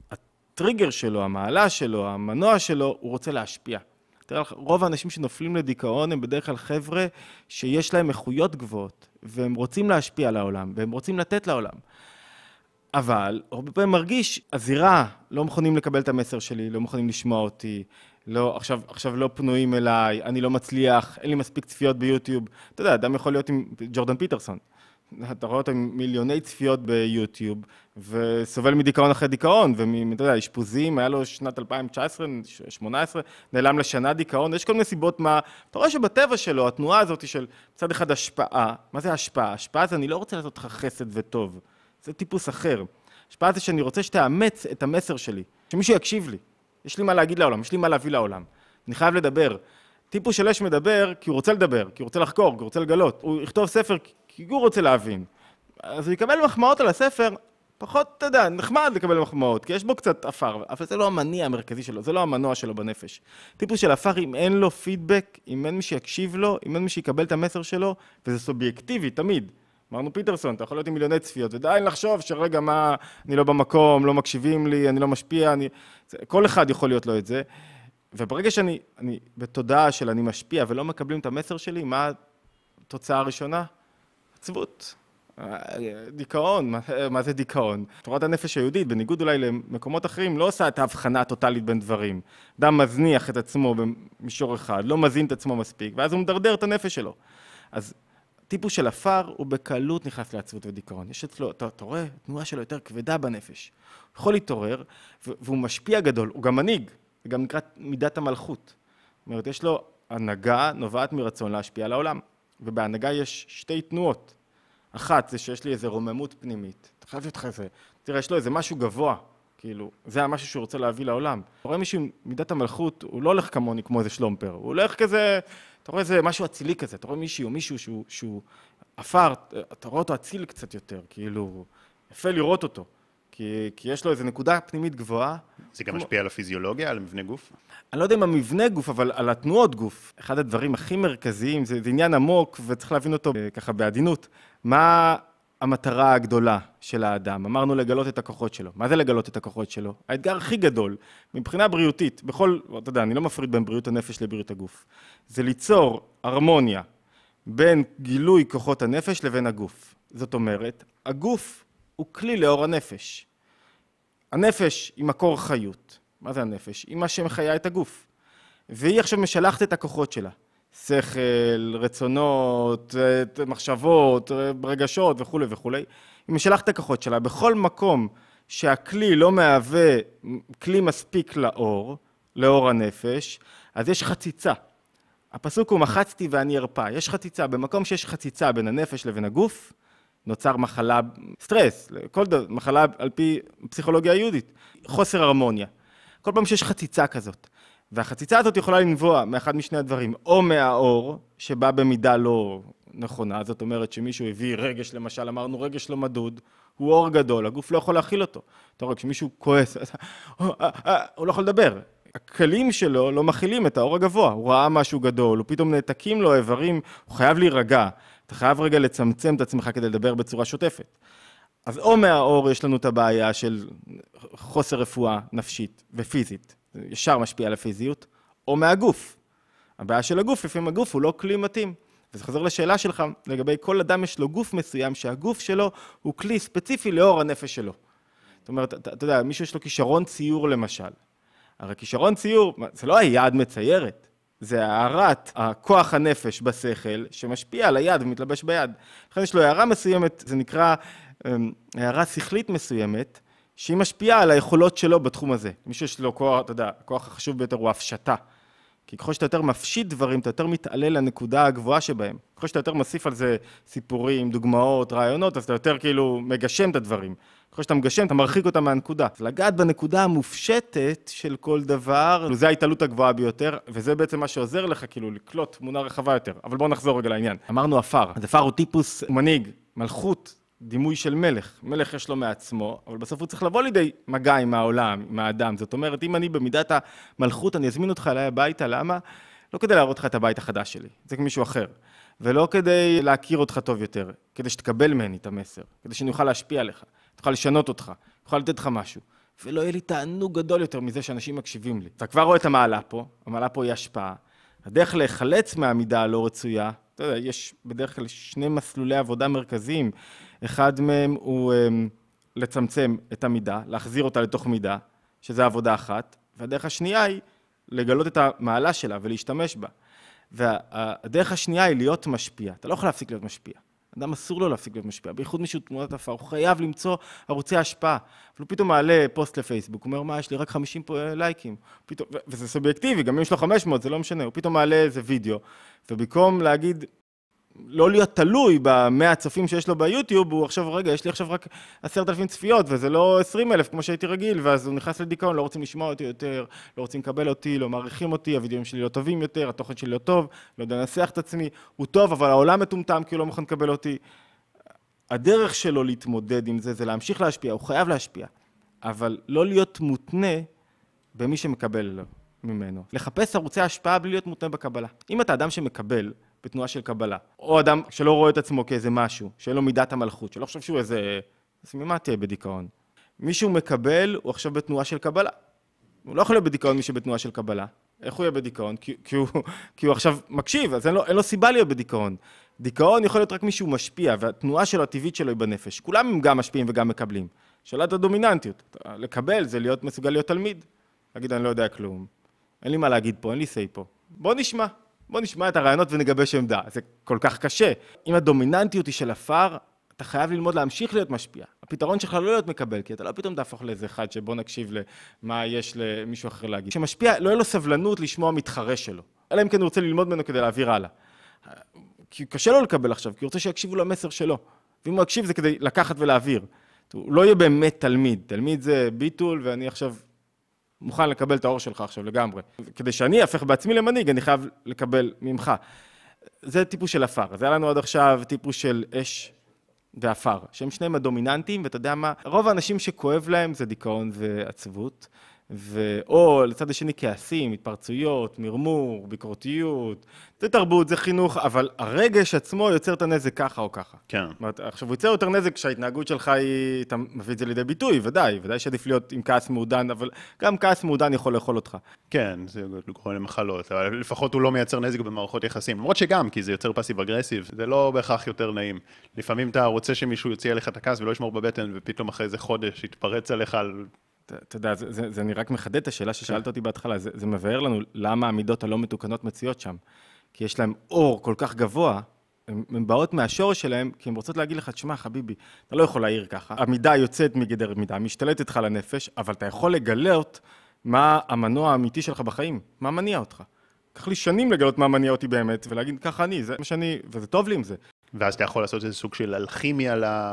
הטריגר שלו, המעלה שלו, המנוע שלו, הוא רוצה להשפיע. תראה, רוב האנשים שנופלים לדיכאון הם בדרך כלל חבר'ה שיש להם איכויות גבוהות, והם רוצים להשפיע על העולם, והם רוצים לתת לעולם. אבל הרבה פעמים מרגיש, הזירה, לא מוכנים לקבל את המסר שלי, לא מוכנים לשמוע אותי, לא, עכשיו, עכשיו לא פנויים אליי, אני לא מצליח, אין לי מספיק צפיות ביוטיוב. אתה יודע, אדם יכול להיות עם ג'ורדן פיטרסון. אתה רואה אותו עם מיליוני צפיות ביוטיוב, וסובל מדיכאון אחרי דיכאון, ואתה יודע, אשפוזים, היה לו שנת אלפיים תשע עשרה, שמונה עשרה, נעלם לשנה דיכאון, יש כל מיני סיבות מה... אתה רואה שבטבע שלו, התנועה הזאת של מצד אחד השפעה, מה זה השפעה? השפעה זה אני לא רוצה לעשות לך חסד וטוב, זה טיפוס אחר. השפעה זה שאני רוצה שתאמץ את המסר שלי, שמישהו יקשיב לי. יש לי מה להגיד לעולם, יש לי מה להביא לעולם. אני חייב לדבר. טיפוס של אש מדבר כי הוא רוצה לדבר, כי הוא רוצה לחקור, כי הוא רוצה לגלות. הוא יכתוב ספר כי הוא רוצה להבין. אז הוא יקבל מחמאות על הספר, פחות, אתה יודע, נחמד לקבל מחמאות, כי יש בו קצת אפר, אבל זה לא המניע המרכזי שלו, זה לא המנוע שלו בנפש. טיפוס של אפר, אם אין לו פידבק, אם אין מי שיקשיב לו, אם אין מי שיקבל את המסר שלו, וזה סובייקטיבי, תמיד. אמרנו פיטרסון, אתה יכול להיות עם מיליוני צפיות, ודי לחשוב שרגע מה, אני לא במקום, לא מקשיבים לי, אני לא משפיע, אני... כל אחד יכול להיות לו את זה. וברגע שאני אני, בתודעה של אני משפיע ולא מקבלים את המסר שלי, מה התוצאה הראשונה? עצבות. דיכאון, מה, מה זה דיכאון? תורת הנפש היהודית, בניגוד אולי למקומות אחרים, לא עושה את ההבחנה הטוטלית בין דברים. אדם מזניח את עצמו במישור אחד, לא מזין את עצמו מספיק, ואז הוא מדרדר את הנפש שלו. אז טיפוס של אפר הוא בקלות נכנס לעצבות ודיכאון. יש אצלו, אתה, אתה רואה, התנועה שלו יותר כבדה בנפש. הוא יכול להתעורר, והוא משפיע גדול, הוא גם מנהיג, זה גם נקרא מידת המלכות. זאת אומרת, יש לו הנהגה נובעת מרצון להשפיע על העולם, ובהנהגה יש שתי תנועות. אחת זה שיש לי איזו רוממות פנימית, אתה חייב להיות לך איזה, תראה, יש לו איזה משהו גבוה, כאילו, זה המשהו שהוא רוצה להביא לעולם. אתה רואה מישהו עם מידת המלכות, הוא לא הולך כמוני כמו איזה שלומפר, הוא הולך כזה, אתה רואה איזה משהו אצילי כזה, אתה רואה מישהו או מישהו שהוא, שהוא אפר, אתה רואה אותו אציל קצת יותר, כאילו, יפה לראות אותו. כי, כי יש לו איזו נקודה פנימית גבוהה. זה גם משפיע על הפיזיולוגיה, על המבנה גוף? אני לא יודע אם המבנה גוף, אבל על התנועות גוף. אחד הדברים הכי מרכזיים, זה, זה עניין עמוק, וצריך להבין אותו ככה בעדינות. מה המטרה הגדולה של האדם? אמרנו לגלות את הכוחות שלו. מה זה לגלות את הכוחות שלו? האתגר הכי גדול, מבחינה בריאותית, בכל, אתה יודע, אני לא מפריד בין בריאות הנפש לבריאות הגוף. זה ליצור הרמוניה בין גילוי כוחות הנפש לבין הגוף. זאת אומרת, הגוף הוא כלי לאור הנפש. הנפש היא מקור חיות. מה זה הנפש? היא מה שמחיה את הגוף. והיא עכשיו משלחת את הכוחות שלה. שכל, רצונות, מחשבות, רגשות וכו' וכו'. היא משלחת את הכוחות שלה. בכל מקום שהכלי לא מהווה כלי מספיק לאור, לאור הנפש, אז יש חציצה. הפסוק הוא מחצתי ואני ארפא. יש חציצה. במקום שיש חציצה בין הנפש לבין הגוף, נוצר מחלה, סטרס, כל דבר, מחלה על פי פסיכולוגיה היהודית, חוסר הרמוניה. כל פעם שיש חציצה כזאת. והחציצה הזאת יכולה לנבוע מאחד משני הדברים, או מהאור, שבא במידה לא נכונה, זאת אומרת שמישהו הביא רגש, למשל, אמרנו רגש לא מדוד, הוא אור גדול, הגוף לא יכול להכיל אותו. אתה רואה, כשמישהו כועס, הוא לא יכול לדבר. הכלים שלו לא מכילים את האור הגבוה, הוא ראה משהו גדול, הוא פתאום נעתקים לו איברים, הוא חייב להירגע. אתה חייב רגע לצמצם את עצמך כדי לדבר בצורה שוטפת. אז או מהאור יש לנו את הבעיה של חוסר רפואה נפשית ופיזית, זה ישר משפיע על הפיזיות, או מהגוף. הבעיה של הגוף, לפעמים הגוף הוא לא כלי מתאים. וזה חוזר לשאלה שלך, לגבי כל אדם יש לו גוף מסוים, שהגוף שלו הוא כלי ספציפי לאור הנפש שלו. זאת אומרת, אתה, אתה יודע, מישהו יש לו כישרון ציור למשל. הרי כישרון ציור, זה לא היד מציירת. זה הערת הכוח הנפש בשכל שמשפיע על היד ומתלבש ביד. לכן יש לו הערה מסוימת, זה נקרא הערה שכלית מסוימת, שהיא משפיעה על היכולות שלו בתחום הזה. מישהו יש לו כוח, אתה יודע, הכוח החשוב ביותר הוא הפשטה. כי ככל שאתה יותר מפשיט דברים, אתה יותר מתעלה לנקודה הגבוהה שבהם. ככל שאתה יותר מוסיף על זה סיפורים, דוגמאות, רעיונות, אז אתה יותר כאילו מגשם את הדברים. ככל שאתה מגשם, אתה מרחיק אותה מהנקודה. אז לגעת בנקודה המופשטת של כל דבר, זה ההתעלות הגבוהה ביותר, וזה בעצם מה שעוזר לך, כאילו, לקלוט תמונה רחבה יותר. אבל בואו נחזור רגע לעניין. אמרנו עפר. אז עפר הוא טיפוס מנהיג, מלכות, דימוי של מלך. מלך יש לו מעצמו, אבל בסוף הוא צריך לבוא לידי מגע עם העולם, עם האדם. זאת אומרת, אם אני במידת המלכות, אני אזמין אותך אליי הביתה, למה? לא כדי להראות לך את הבית החדש שלי, זה כמישהו אחר. ולא כדי להכיר אותך טוב יותר, כדי שתקבל ממני את המסר, כדי שאני אוכל להשפיע עליך, תוכל לשנות אותך, תוכל לתת לך משהו. ולא יהיה לי תענוג גדול יותר מזה שאנשים מקשיבים לי. אתה כבר רואה את המעלה פה, המעלה פה היא השפעה. הדרך להיחלץ מהמידה הלא רצויה, אתה יודע, יש בדרך כלל שני מסלולי עבודה מרכזיים. אחד מהם הוא לצמצם את המידה, להחזיר אותה לתוך מידה, שזה עבודה אחת, והדרך השנייה היא לגלות את המעלה שלה ולהשתמש בה. והדרך השנייה היא להיות משפיע. אתה לא יכול להפסיק להיות משפיע. אדם אסור לו להפסיק להיות משפיע. בייחוד מישהו תמונת עפר, הוא חייב למצוא ערוצי השפעה. אבל הוא פתאום מעלה פוסט לפייסבוק, הוא אומר, מה, יש לי רק חמישים לייקים. פתאום, וזה סובייקטיבי, גם אם יש לו חמש מאות, זה לא משנה. הוא פתאום מעלה איזה וידאו, ובמקום להגיד, לא להיות תלוי במאה הצופים שיש לו ביוטיוב, הוא עכשיו, רגע, יש לי עכשיו רק עשרת אלפים צפיות, וזה לא עשרים אלף כמו שהייתי רגיל, ואז הוא נכנס לדיכאון, לא רוצים לשמוע אותי יותר, לא רוצים לקבל אותי, לא מעריכים אותי, הוידאוים שלי לא טובים יותר, התוכן שלי לא טוב, לא יודע לנסח את עצמי, הוא טוב, אבל העולם מטומטם כי הוא לא מוכן לקבל אותי. הדרך שלו להתמודד עם זה, זה להמשיך להשפיע, הוא חייב להשפיע, אבל לא להיות מותנה במי שמקבל ממנו. לחפש ערוצי השפעה בלי להיות מותנה בקבלה. אם אתה אדם שמקבל בתנועה של קבלה, או אדם שלא רואה את עצמו כאיזה משהו, שאין לו מידת המלכות, שלא חושב שהוא איזה, אז ממה תהיה בדיכאון? מישהו מקבל, הוא עכשיו בתנועה של קבלה. הוא לא יכול להיות בדיכאון מי שבתנועה של קבלה. איך הוא יהיה בדיכאון? כי, כי, הוא, כי הוא עכשיו מקשיב, אז אין לו, אין לו סיבה להיות בדיכאון. דיכאון יכול להיות רק מישהו משפיע, והתנועה שלו, הטבעית שלו היא בנפש. כולם הם גם משפיעים וגם מקבלים. שאלת הדומיננטיות. לקבל זה להיות מסוגל להיות תלמיד. להגיד, אני לא יודע כלום. אין לי מה להגיד פה, אין לי סי פה. בוא נשמע. בוא נשמע את הרעיונות ונגבש עמדה. זה כל כך קשה. אם הדומיננטיות היא של עפר, אתה חייב ללמוד להמשיך להיות משפיע. הפתרון שלך לא להיות מקבל, כי אתה לא פתאום תהפוך לאיזה אחד שבוא נקשיב למה יש למישהו אחר להגיד. שמשפיע, לא יהיה לו סבלנות לשמוע מתחרה שלו. אלא אם כן הוא רוצה ללמוד ממנו כדי להעביר הלאה. כי קשה לו לקבל עכשיו, כי הוא רוצה שיקשיבו למסר שלו. ואם הוא יקשיב זה כדי לקחת ולהעביר. הוא לא יהיה באמת תלמיד. תלמיד זה ביטול, ואני עכשיו מוכן לקבל את האור שלך עכשיו לגמרי. כדי שאני אפך בעצמי למנהיג, אני חייב לקבל ממך. זה טיפוס של עפר. זה היה לנו עד עכשיו טיפוס של אש, ואפר, שהם שניהם הדומיננטיים, ואתה יודע מה, רוב האנשים שכואב להם זה דיכאון ועצבות, ו... או לצד השני כעסים, התפרצויות, מרמור, ביקורתיות, זה תרבות, זה חינוך, אבל הרגש עצמו יוצר את הנזק ככה או ככה. כן. אומרת, עכשיו, הוא יוצר יותר נזק כשההתנהגות שלך היא, אתה מביא את זה לידי ביטוי, ודאי, ודאי שעדיף להיות עם כעס מעודן, אבל גם כעס מעודן יכול לאכול אותך. כן, זה גורם למחלות, אבל לפחות הוא לא מייצר נזק במערכות יחסים, למרות שגם, כי זה יוצר פסיב אגרסיב, זה לא בהכרח יותר נעים. לפעמים אתה רוצה שמישהו יוציא עליך את הכעס ולא ישמור בבטן, ופתאום אחרי איזה חודש יתפרץ עליך על... אתה יודע, זה, זה, זה אני רק מחדד את השאלה ששאלת אותי בהתחלה, זה, זה מבאר לנו למה המידות הלא מתוקנות מציאות שם. כי יש להם אור כל כך גבוה, הן באות מהשורש שלהם, כי הן רוצות להגיד לך, תשמע, חביבי, אתה לא יכול להעיר ככה. המידה יוצאת מגדר מידה, משתלטת לך לנפש, אבל אתה יכול לגלות מה המנוע האמיתי שלך בחיים, מה מניע אותך. קח לי שנים לגלות מה מניע אותי באמת, ולהגיד, ככה אני, זה מה שאני, וזה טוב לי עם זה. ואז אתה יכול לעשות איזה סוג של אלכימיה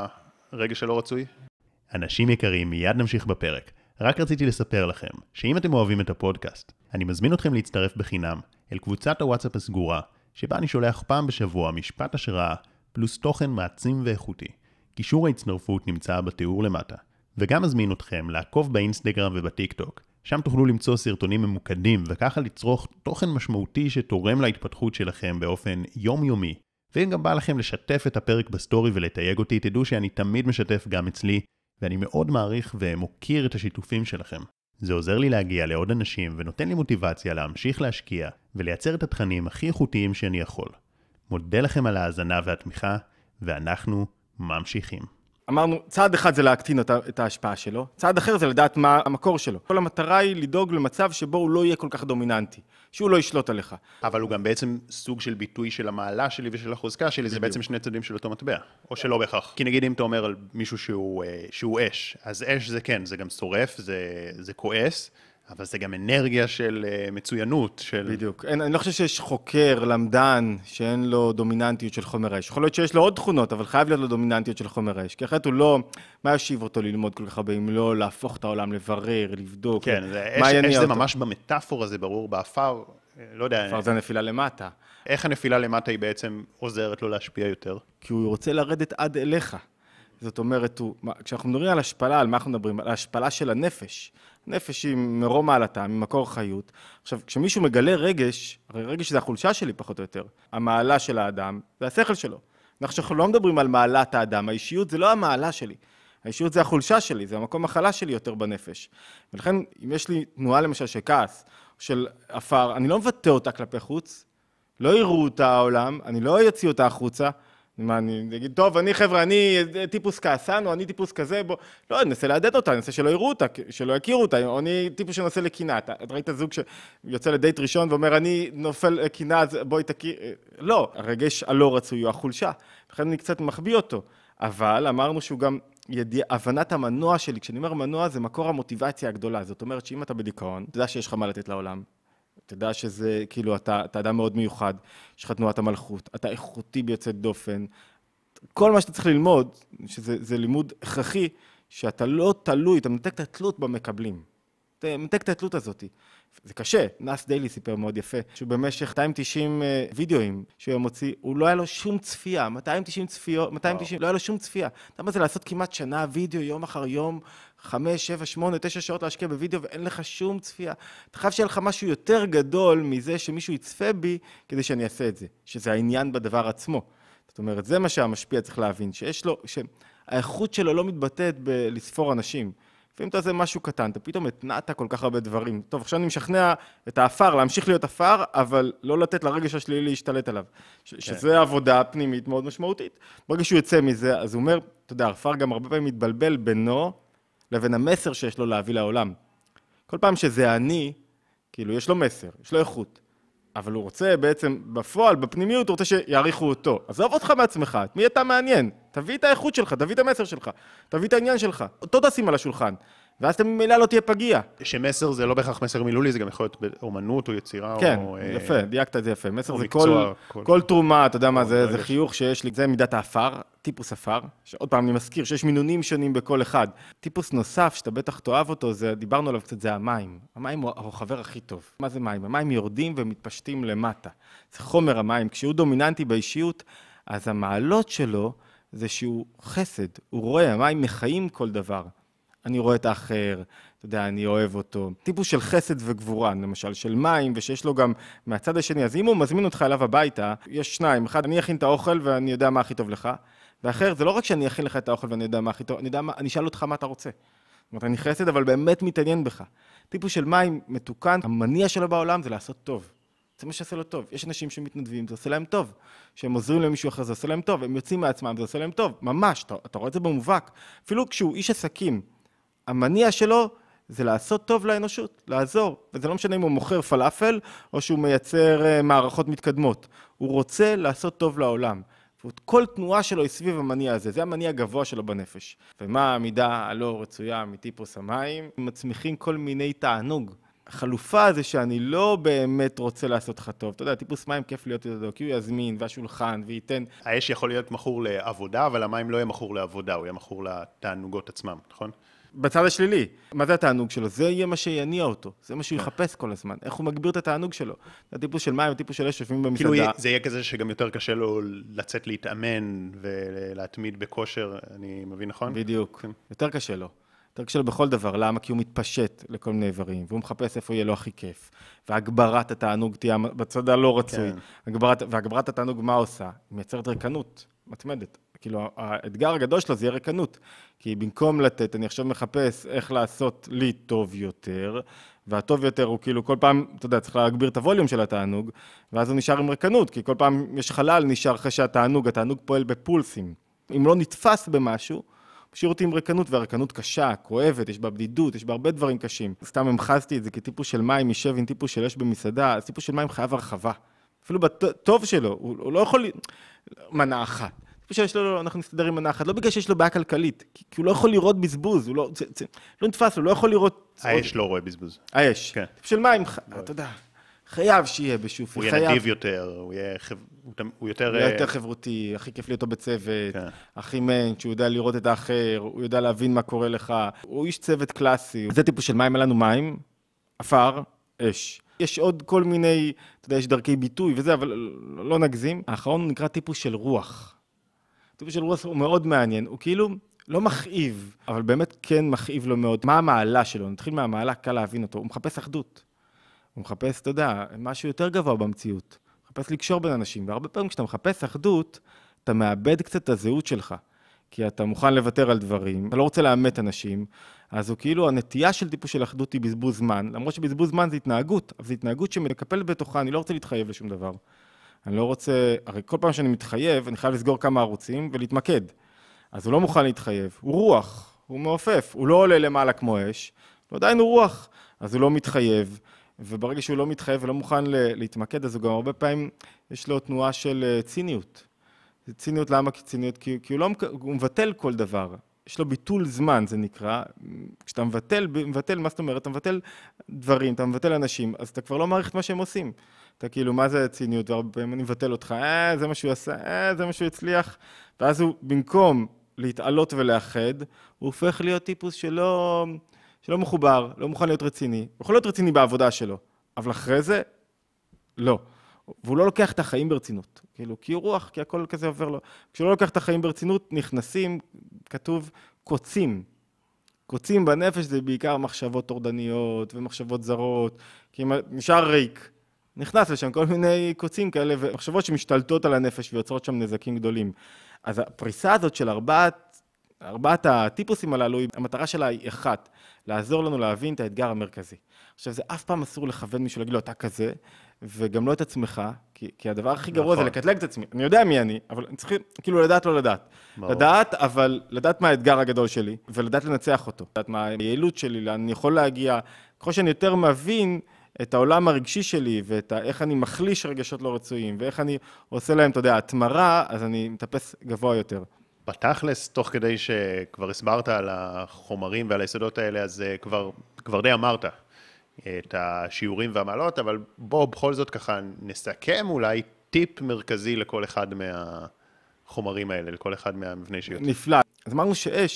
לרגע שלא רצוי? אנשים יקרים, מיד נמשיך בפרק. רק רציתי לספר לכם, שאם אתם אוהבים את הפודקאסט, אני מזמין אתכם להצטרף בחינם אל קבוצת הוואטסאפ הסגורה, שבה אני שולח פעם בשבוע משפט השראה, פלוס תוכן מעצים ואיכותי. קישור ההצטרפות נמצא בתיאור למטה. וגם מזמין אתכם לעקוב באינסטגרם ובטיק טוק. שם תוכלו למצוא סרטונים ממוקדים, וככה לצרוך תוכן משמעותי שתורם להתפתחות שלכם באופן יומיומי. ואם גם בא לכם לשתף את הפרק בסטורי ולתייג אותי, תדעו שאני תמיד משתף גם אצלי, ואני מאוד מעריך ומוקיר את השיתופים שלכם. זה עוזר לי להגיע לעוד אנשים ונותן לי מוטיבציה להמשיך להשקיע ולייצר את התכנים הכי איכותיים שאני יכול. מודה לכם על ההאזנה והתמיכה, ואנחנו ממשיכים. אמרנו, צעד אחד זה להקטין את ההשפעה שלו, צעד אחר זה לדעת מה המקור שלו. כל המטרה היא לדאוג למצב שבו הוא לא יהיה כל כך דומיננטי, שהוא לא ישלוט עליך. אבל הוא גם בעצם סוג של ביטוי של המעלה שלי ושל החוזקה שלי, זה בעצם שני צדדים של אותו מטבע, או שלא בהכרח. כי נגיד אם אתה אומר על מישהו שהוא, שהוא אש, אז אש זה כן, זה גם שורף, זה, זה כועס, אבל זה גם אנרגיה של מצוינות. של... בדיוק. אין, אני לא חושב שיש חוקר, למדן, שאין לו דומיננטיות של חומר האש. יכול להיות שיש לו עוד תכונות, אבל חייב להיות לו דומיננטיות של חומר האש. כי אחרת הוא לא, מה יושיב אותו ללמוד כל כך הרבה, אם לא להפוך את העולם, לברר, לבדוק. כן, זה, אש, אש זה ממש במטאפורה, זה ברור, באפר, לא יודע. אפר זה הנפילה למטה. איך הנפילה למטה היא בעצם עוזרת לו להשפיע יותר? כי הוא רוצה לרדת עד אליך. זאת אומרת, הוא, כשאנחנו מדברים על השפלה, על מה אנחנו מדברים? על ההשפלה של הנפש. נפש היא מרום מעלתה, ממקור חיות. עכשיו, כשמישהו מגלה רגש, הרי רגש זה החולשה שלי פחות או יותר, המעלה של האדם, זה השכל שלו. אנחנו לא מדברים על מעלת האדם, האישיות זה לא המעלה שלי. האישיות זה החולשה שלי, זה המקום החלה שלי יותר בנפש. ולכן, אם יש לי תנועה למשל של כעס, של אפר, אני לא מבטא אותה כלפי חוץ, לא יראו אותה העולם, אני לא יוציא אותה החוצה, מה, אני אגיד, טוב, אני חבר'ה, אני טיפוס כעסן, או אני טיפוס כזה, בוא, לא, אני אנסה לעדד אותה, אני אנסה שלא יראו אותה, שלא יכירו אותה, או אני טיפוס שנושא לקינה. אתה ראית זוג שיוצא לדייט ראשון ואומר, אני נופל קינה, אז בואי תכיר. לא, הרגש הלא רצוי הוא החולשה, לכן אני קצת מחביא אותו. אבל אמרנו שהוא גם ידיע, הבנת המנוע שלי, כשאני אומר מנוע, זה מקור המוטיבציה הגדולה. זאת אומרת שאם אתה בדיכאון, אתה יודע שיש לך מה לתת לעולם. אתה יודע שזה, כאילו, אתה, אתה אדם מאוד מיוחד, יש לך תנועת המלכות, אתה איכותי ביוצאת דופן. כל מה שאתה צריך ללמוד, שזה זה לימוד הכרחי, שאתה לא תלוי, אתה מנתק את התלות במקבלים. אתה מנתק את התלות הזאת. זה קשה. נאס דיילי סיפר מאוד יפה, שהוא במשך מאתיים ותשעים וידאוים שהוא מוציא, הוא לא היה לו שום צפייה, מאתיים ותשעים צפיות, מאתיים ותשעים, לא היה לו שום צפייה. אתה יודע מה זה לעשות כמעט שנה וידאו, יום אחר יום, חמש, שבע, שמונה, תשע שעות להשקיע בוידאו, ואין לך שום צפייה. אתה חייב שיהיה לך משהו יותר גדול מזה שמישהו יצפה בי, כדי שאני אעשה את זה, שזה העניין בדבר עצמו. זאת אומרת, זה מה שהמשפיע צריך להבין, שיש לו, שהאיכות שלו לא מתבטאת בלספור אנשים. לפעמים אתה עושה משהו קטן, אתה פתאום התנעת כל כך הרבה דברים. טוב, עכשיו אני משכנע את האפר, להמשיך להיות אפר, אבל לא לתת לרגש השלילי להשתלט עליו. ש- שזה עבודה פנימית מאוד משמעותית. ברגע שהוא יוצא מזה, אז הוא אומר, אתה יודע, האפר גם הרבה פעמים מתבלבל בינו לבין המסר שיש לו להביא לעולם. כל פעם שזה אני, כאילו, יש לו מסר, יש לו איכות. אבל הוא רוצה בעצם, בפועל, בפנימיות, הוא רוצה שיעריכו אותו. עזוב אותך מעצמך, את מי אתה מעניין? תביא את האיכות שלך, תביא את המסר שלך, תביא את העניין שלך. אותו תשים על השולחן, ואז אתה ממילא לא תהיה פגיע. שמסר זה לא בהכרח מסר מילולי, זה גם יכול להיות באומנות או יצירה. כן, או, יפה, דייקת את זה יפה. מסר זה מקצוע, כל, כל... כל תרומה, אתה יודע מה זה, זה חיוך שיש לי, זה מידת האפר, טיפוס אפר, שעוד פעם אני מזכיר שיש מינונים שונים בכל אחד. טיפוס נוסף, שאתה בטח תאהב אותו, זה, דיברנו עליו קצת, זה המים. המים הוא החבר הכי טוב. מה זה מים? המים יורדים ומתפשטים למטה. זה חומר המים. כשהוא דומיננטי באישיות, אז המעלות שלו, זה שהוא חסד, הוא רואה, המים מחיים כל דבר. אני רואה את האחר, אתה יודע, אני אוהב אותו. טיפוס של חסד וגבורה, למשל, של מים, ושיש לו גם מהצד השני. אז אם הוא מזמין אותך אליו הביתה, יש שניים. אחד, אני אכין את האוכל ואני יודע מה הכי טוב לך. ואחר, זה לא רק שאני אכין לך את האוכל ואני יודע מה הכי טוב, אני יודע מה, אני אשאל אותך מה אתה רוצה. זאת אומרת, אני חסד, אבל באמת מתעניין בך. טיפוס של מים מתוקן, המניע שלו בעולם זה לעשות טוב. זה מה שעושה לו טוב. יש אנשים שמתנדבים, זה עושה להם טוב. שהם עוזרים למישהו אחר, זה עושה להם טוב. הם יוצאים מעצמם, זה עושה להם טוב. ממש, אתה, אתה רואה את זה במובהק. אפילו כשהוא איש עסקים, המניע שלו זה לעשות טוב לאנושות, לעזור. וזה לא משנה אם הוא מוכר פלאפל, או שהוא מייצר מערכות מתקדמות. הוא רוצה לעשות טוב לעולם. כל תנועה שלו היא סביב המניע הזה, זה המניע הגבוה שלו בנפש. ומה המידה הלא רצויה מטיפוס המים? מצמיחים כל מיני תענוג. החלופה זה שאני לא באמת רוצה לעשות לך טוב. אתה יודע, טיפוס מים כיף להיות איתו, כי הוא יזמין, והשולחן, וייתן. האש יכול להיות מכור לעבודה, אבל המים לא יהיה מכור לעבודה, הוא יהיה מכור לתענוגות עצמם, נכון? בצד השלילי. מה זה התענוג שלו? זה יהיה מה שיניע אותו. זה מה שהוא יחפש כל הזמן. איך הוא מגביר את התענוג שלו? הטיפוס של מים, הטיפוס של אש, יושבים במסעדה. כאילו זה יהיה כזה שגם יותר קשה לו לצאת להתאמן ולהתמיד בכושר, אני מבין נכון? בדיוק. יותר קשה לו. יותר קשה לו בכל דבר. למה? כי הוא מתפשט לכל מיני איברים, והוא מחפש איפה יהיה לו הכי כיף. והגברת התענוג תהיה בצד הלא רצוי. והגברת התענוג מה עושה? היא מייצרת ריקנות, מתמדת. כאילו, האתגר הגדול שלו זה יהיה ריקנות. כי במקום לתת, אני עכשיו מחפש איך לעשות לי טוב יותר, והטוב יותר הוא כאילו כל פעם, אתה יודע, צריך להגביר את הווליום של התענוג, ואז הוא נשאר עם ריקנות, כי כל פעם יש חלל, נשאר אחרי שהתענוג, התענוג פועל בפולסים. אם לא נתפס במשהו, משאיר אותי עם ריקנות, והריקנות קשה, כואבת, יש בה בדידות, יש בה הרבה דברים קשים. סתם המחזתי את זה כטיפוס של מים, יישב עם טיפוס של אש במסעדה, אז טיפוס של מים חייב הרחבה. אפילו בטוב שלו, הוא, הוא לא יכול מנה אחת. טיפוס של אש לא, אנחנו נסתדר עם מנה אחת, לא בגלל שיש לו בעיה כלכלית, כי, כי הוא לא יכול לראות בזבוז, הוא לא, זה, זה, לא נתפס, הוא לא יכול לראות... האש לא רואה בזבוז. האש. כן. טיפוס של מים, אתה יודע, חייב שיהיה בשופי, הוא יהיה נדיב יותר, הוא יהיה חב... הוא יותר... הוא יותר חברותי, הכי כיף להיות בצוות, כן. הכי מענט, שהוא יודע לראות את האחר, הוא יודע להבין מה קורה לך, הוא איש צוות קלאסי. זה טיפוס של מים, אין לנו מים, אפר, אש. יש עוד כל מיני, אתה יודע, יש דרכי ביטוי וזה, אבל לא נגזים. האחרון הוא נקרא טיפוס של רוח. טיפוס של רוח הוא מאוד מעניין, הוא כאילו לא מכאיב, אבל באמת כן מכאיב לו מאוד. מה המעלה שלו? נתחיל מהמעלה, קל להבין אותו. הוא מחפש אחדות. הוא מחפש, אתה יודע, משהו יותר גבוה במציאות. הוא מחפש לקשור בין אנשים. והרבה פעמים כשאתה מחפש אחדות, אתה מאבד קצת את הזהות שלך. כי אתה מוכן לוותר על דברים, אתה לא רוצה לאמת אנשים, אז הוא כאילו, הנטייה של טיפוס של אחדות היא בזבוז זמן, למרות שבזבוז זמן זה התנהגות, אבל זה התנהגות שמקפלת בתוכה, אני לא רוצה להתחייב לשום דבר. אני לא רוצה, הרי כל פעם שאני מתחייב, אני חייב לסגור כמה ערוצים ולהתמקד. אז הוא לא מוכן להתחייב, הוא רוח, הוא מעופף, הוא לא עולה למעלה כמו אש, לא עדיין הוא רוח, אז הוא לא מתחייב, וברגע שהוא לא מתחייב ולא מוכן להתמקד, אז הוא גם הרבה פעמים, יש לו תנועה של ציניות. ציניות למה? כי ציניות, כי, כי הוא, לא, הוא מבטל כל דבר. יש לו ביטול זמן, זה נקרא. כשאתה מבטל, מבטל, מה זאת אומרת? אתה מבטל דברים, אתה מבטל אנשים, אז אתה כבר לא מעריך את מה שהם עושים. אתה כאילו, מה זה ציניות? והרבה פעמים אני מבטל אותך, אה, זה מה שהוא עשה, אה, זה מה שהוא הצליח. ואז הוא, במקום להתעלות ולאחד, הוא הופך להיות טיפוס שלא, שלא מחובר, לא מוכן להיות רציני. הוא יכול להיות רציני בעבודה שלו, אבל אחרי זה, לא. והוא לא לוקח את החיים ברצינות, כאילו, כי הוא רוח, כי הכל כזה עובר לו. כשהוא לא לוקח את החיים ברצינות, נכנסים, כתוב, קוצים. קוצים בנפש זה בעיקר מחשבות טורדניות ומחשבות זרות, כי אם נשאר ריק, נכנס לשם כל מיני קוצים כאלה, ומחשבות שמשתלטות על הנפש ויוצרות שם נזקים גדולים. אז הפריסה הזאת של ארבעת, ארבעת הטיפוסים הללו, המטרה שלה היא אחת, לעזור לנו להבין את האתגר המרכזי. עכשיו, זה אף פעם אסור לכוון מישהו להגיד לו, אתה כזה, וגם לא את עצמך, כי, כי הדבר הכי גרוע נכון. זה לקטלג את עצמי. אני יודע מי אני, אבל אני צריך כאילו לדעת לא לדעת. ברור. לדעת, אבל לדעת מה האתגר הגדול שלי, ולדעת לנצח אותו. לדעת מה היעילות שלי, לאן אני יכול להגיע. ככל שאני יותר מבין את העולם הרגשי שלי, ואת איך אני מחליש רגשות לא רצויים, ואיך אני עושה להם, אתה יודע, התמרה, אז אני מטפס גבוה יותר. בתכלס, תוך כדי שכבר הסברת על החומרים ועל היסודות האלה, אז כבר, כבר די אמרת את השיעורים והמעלות, אבל בואו בכל זאת ככה נסכם אולי טיפ מרכזי לכל אחד מהחומרים האלה, לכל אחד מהמבני אישיות. נפלא. אז אמרנו שאש,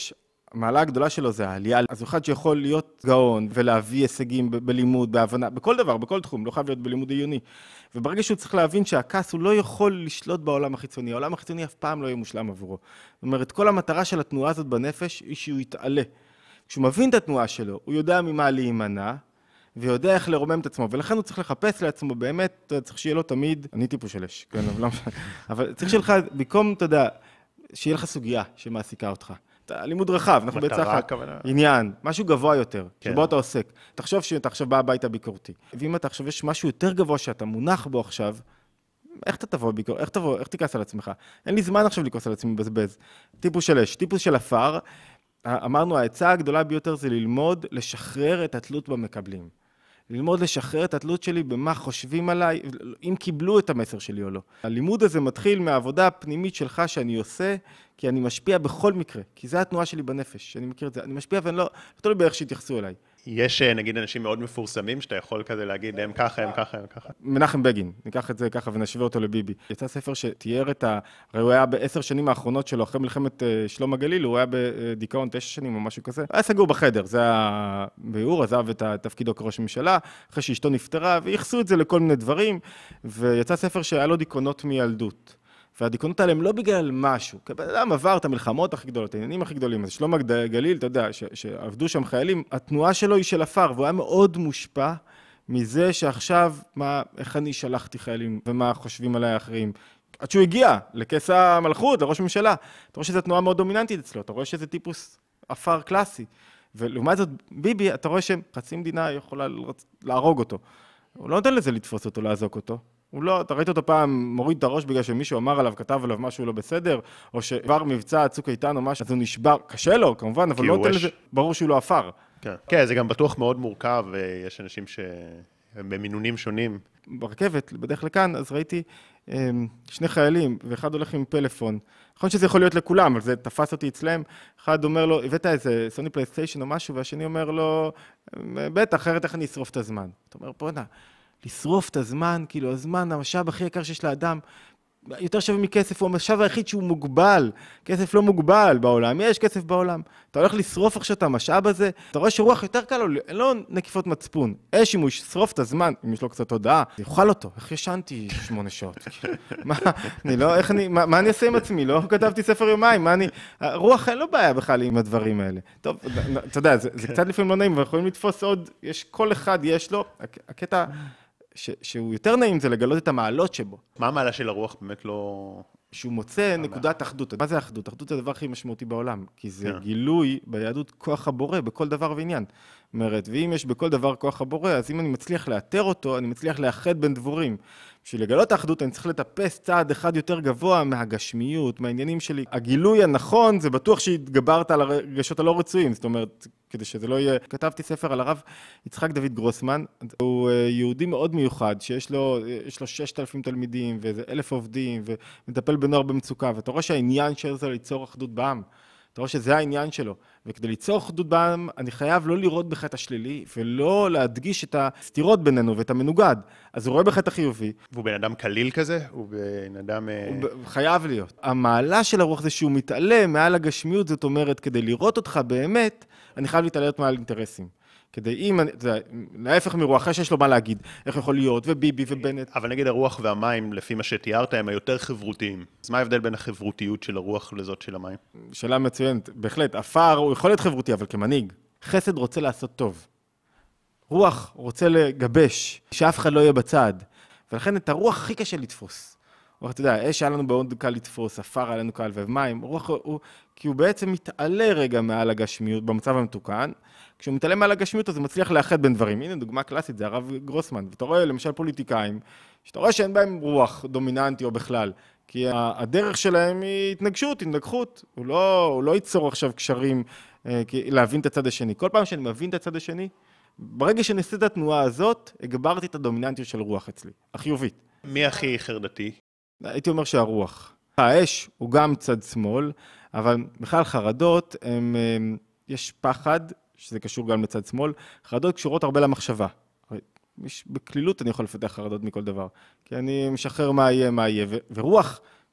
המעלה הגדולה שלו זה העלייה, אז הוא אחד שיכול להיות גאון ולהביא הישגים ב- בלימוד, בהבנה, בכל דבר, בכל תחום, לא חייב להיות בלימוד עיוני. וברגע שהוא צריך להבין שהכעס הוא לא יכול לשלוט בעולם החיצוני, העולם החיצוני אף פעם לא יהיה מושלם עבורו. זאת אומרת, כל המטרה של התנועה הזאת בנפש היא שהוא יתעלה. כשהוא מבין את התנועה שלו, הוא יודע ממה להימנע, ויודע איך לרומם את עצמו, ולכן הוא צריך לחפש לעצמו באמת, צריך שיהיה לו תמיד, אני טיפוס של אש, כן, אבל, אבל צריך שיהיה לך, במקום, אתה יודע, שיהיה לך סוגיה שמעסיקה אותך. לימוד רחב, אנחנו בעצם עניין, משהו גבוה יותר, שבו אתה עוסק. תחשוב שאתה עכשיו בא הביתה ביקורתי, ואם אתה עכשיו יש משהו יותר גבוה שאתה מונח בו עכשיו, איך אתה תבוא ביקור, איך תבוא, איך תיכנס על עצמך? אין לי זמן עכשיו לקרוס על עצמי בזבז. טיפוס של אש, טיפוס של אפר, אמרנו, העצה הגדולה ביותר זה ללמוד, לשחרר את התלות במקבלים. ללמוד לשחרר את התלות שלי במה חושבים עליי, אם קיבלו את המסר שלי או לא. הלימוד הזה מתחיל מהעבודה הפנימית שלך שאני עושה, כי אני משפיע בכל מקרה, כי זה התנועה שלי בנפש, שאני מכיר את זה. אני משפיע ואני לא, לא תלוי באיך שיתייחסו אליי. יש נגיד אנשים מאוד מפורסמים שאתה יכול כזה להגיד, הם ככה, הם ככה, הם ככה. מנחם בגין, ניקח את זה ככה ונשווה אותו לביבי. יצא ספר שתיאר את ה... הרי הוא היה בעשר שנים האחרונות שלו, אחרי מלחמת שלום הגליל, הוא היה בדיכאון תשע שנים או משהו כזה. היה סגור בחדר, זה הביאור, עזב את תפקידו כראש ממשלה, אחרי שאשתו נפטרה, ויחסו את זה לכל מיני דברים, ויצא ספר שהיה לו דיכאונות מילדות. והדיכאונות האלה הם לא בגלל משהו, כי בן אדם עבר את המלחמות הכי גדולות, העניינים הכי גדולים, אז שלום הגליל, אתה יודע, ש- שעבדו שם חיילים, התנועה שלו היא של אפר, והוא היה מאוד מושפע מזה שעכשיו, מה, איך אני שלחתי חיילים, ומה חושבים עליי האחרים. עד שהוא הגיע לכס המלכות, לראש ממשלה, אתה רואה שזו תנועה מאוד דומיננטית אצלו, אתה רואה שזה טיפוס אפר קלאסי, ולעומת זאת, ביבי, אתה רואה שחצי מדינה יכולה להרוג אותו. הוא לא נותן לזה לתפוס אותו, לעזוק אותו. הוא לא, אתה ראית אותו פעם מוריד את הראש בגלל שמישהו אמר עליו, כתב עליו משהו לא בסדר, או שעבר מבצע צוק איתן או משהו, אז הוא נשבר, קשה לו כמובן, אבל לא נותן לזה, ברור שהוא לא אפר. כן, כן, זה גם בטוח מאוד מורכב, ויש אנשים שהם במינונים שונים. ברכבת, בדרך לכאן, אז ראיתי שני חיילים, ואחד הולך עם פלאפון. נכון שזה יכול להיות לכולם, אבל זה תפס אותי אצלם. אחד אומר לו, הבאת איזה סוני פלייסטיישן או משהו, והשני אומר לו, בטח, אחרת איך אני אשרוף את הזמן. אתה אומר, בוא נע, לשרוף את הזמן, כאילו הזמן, המשאב הכי יקר שיש לאדם, יותר שווה מכסף, הוא המשאב היחיד שהוא מוגבל, כסף לא מוגבל בעולם, יש כסף בעולם. אתה הולך לשרוף עכשיו את המשאב הזה, אתה רואה שרוח יותר קל לו, אין לו נקיפות מצפון. אש, אם הוא ישרוף את הזמן, אם יש לו קצת הודעה, זה יאכל אותו. איך ישנתי שמונה שעות? מה, אני לא, איך אני, מה, מה אני אעשה עם עצמי? לא כתבתי ספר יומיים, מה אני, רוח אין לו בעיה בכלל עם הדברים האלה. טוב, אתה יודע, זה, זה קצת לפעמים לא נעים, אבל יכולים לתפוס עוד, יש, כל אחד יש לו, הקטע, ש, שהוא יותר נעים זה לגלות את המעלות שבו. מה המעלה של הרוח באמת לא... שהוא מוצא נקודת אחדות. מה זה אחדות? אחדות זה הדבר הכי משמעותי בעולם, כי זה גילוי ביהדות כוח הבורא בכל דבר ועניין. זאת אומרת, ואם יש בכל דבר כוח הבורא, אז אם אני מצליח לאתר אותו, אני מצליח לאחד בין דבורים. בשביל לגלות האחדות, אני צריך לטפס צעד אחד יותר גבוה מהגשמיות, מהעניינים שלי. הגילוי הנכון, זה בטוח שהתגברת על הרגשות הלא רצויים. זאת אומרת, כדי שזה לא יהיה... כתבתי ספר על הרב יצחק דוד גרוסמן. הוא יהודי מאוד מיוחד, שיש לו, יש לו ששת אלפים תלמידים, ואיזה אלף עובדים, ומטפל בנוער במצוקה. ואתה רואה שהעניין של זה ליצור אחדות בעם. אתה רואה שזה העניין שלו, וכדי ליצור אחדות בעם, אני חייב לא לראות בחטא השלילי, ולא להדגיש את הסתירות בינינו ואת המנוגד. אז הוא רואה בחטא החיובי. והוא בן אדם קליל כזה? הוא בן אדם... הוא חייב להיות. המעלה של הרוח זה שהוא מתעלה מעל הגשמיות, זאת אומרת, כדי לראות אותך באמת, אני חייב להתעלות מעל אינטרסים. כדי אם, זה להפך מרוח, אחרי שיש לו מה להגיד, איך יכול להיות, וביבי ובנט. אבל נגיד הרוח והמים, לפי מה שתיארת, הם היותר חברותיים. אז מה ההבדל בין החברותיות של הרוח לזאת של המים? שאלה מצוינת, בהחלט, אפר הוא יכול להיות חברותי, אבל כמנהיג. חסד רוצה לעשות טוב. רוח רוצה לגבש, שאף אחד לא יהיה בצד. ולכן את הרוח הכי קשה לתפוס. רוח, אתה יודע, אש היה לנו מאוד קל לתפוס, אפר היה לנו קל, ומים, רוח הוא, כי הוא בעצם מתעלה רגע מעל הגשמיות, במצב המתוקן, כשהוא מתעלה מעל הגשמיות, אז הוא מצליח לאחד בין דברים. הנה, דוגמה קלאסית, זה הרב גרוסמן. ואתה רואה, למשל, פוליטיקאים, שאתה רואה שאין בהם רוח דומיננטי או בכלל, כי הדרך שלהם היא התנגשות, התנגחות. הוא לא, הוא לא ייצור עכשיו קשרים להבין את הצד השני. כל פעם שאני מבין את הצד השני, ברגע שניסית את התנועה הזאת, הגברתי את הדומיננטיות של רוח אצלי, החיובית. מי הכי חרדתי? הייתי אומר שהרוח. האש הוא גם צד שמאל, אבל בכלל חרדות, הם, יש פחד, שזה קשור גם לצד שמאל, חרדות קשורות הרבה למחשבה. בכלילות אני יכול לפתח חרדות מכל דבר, כי אני משחרר מה יהיה, מה יהיה, ו- ורוח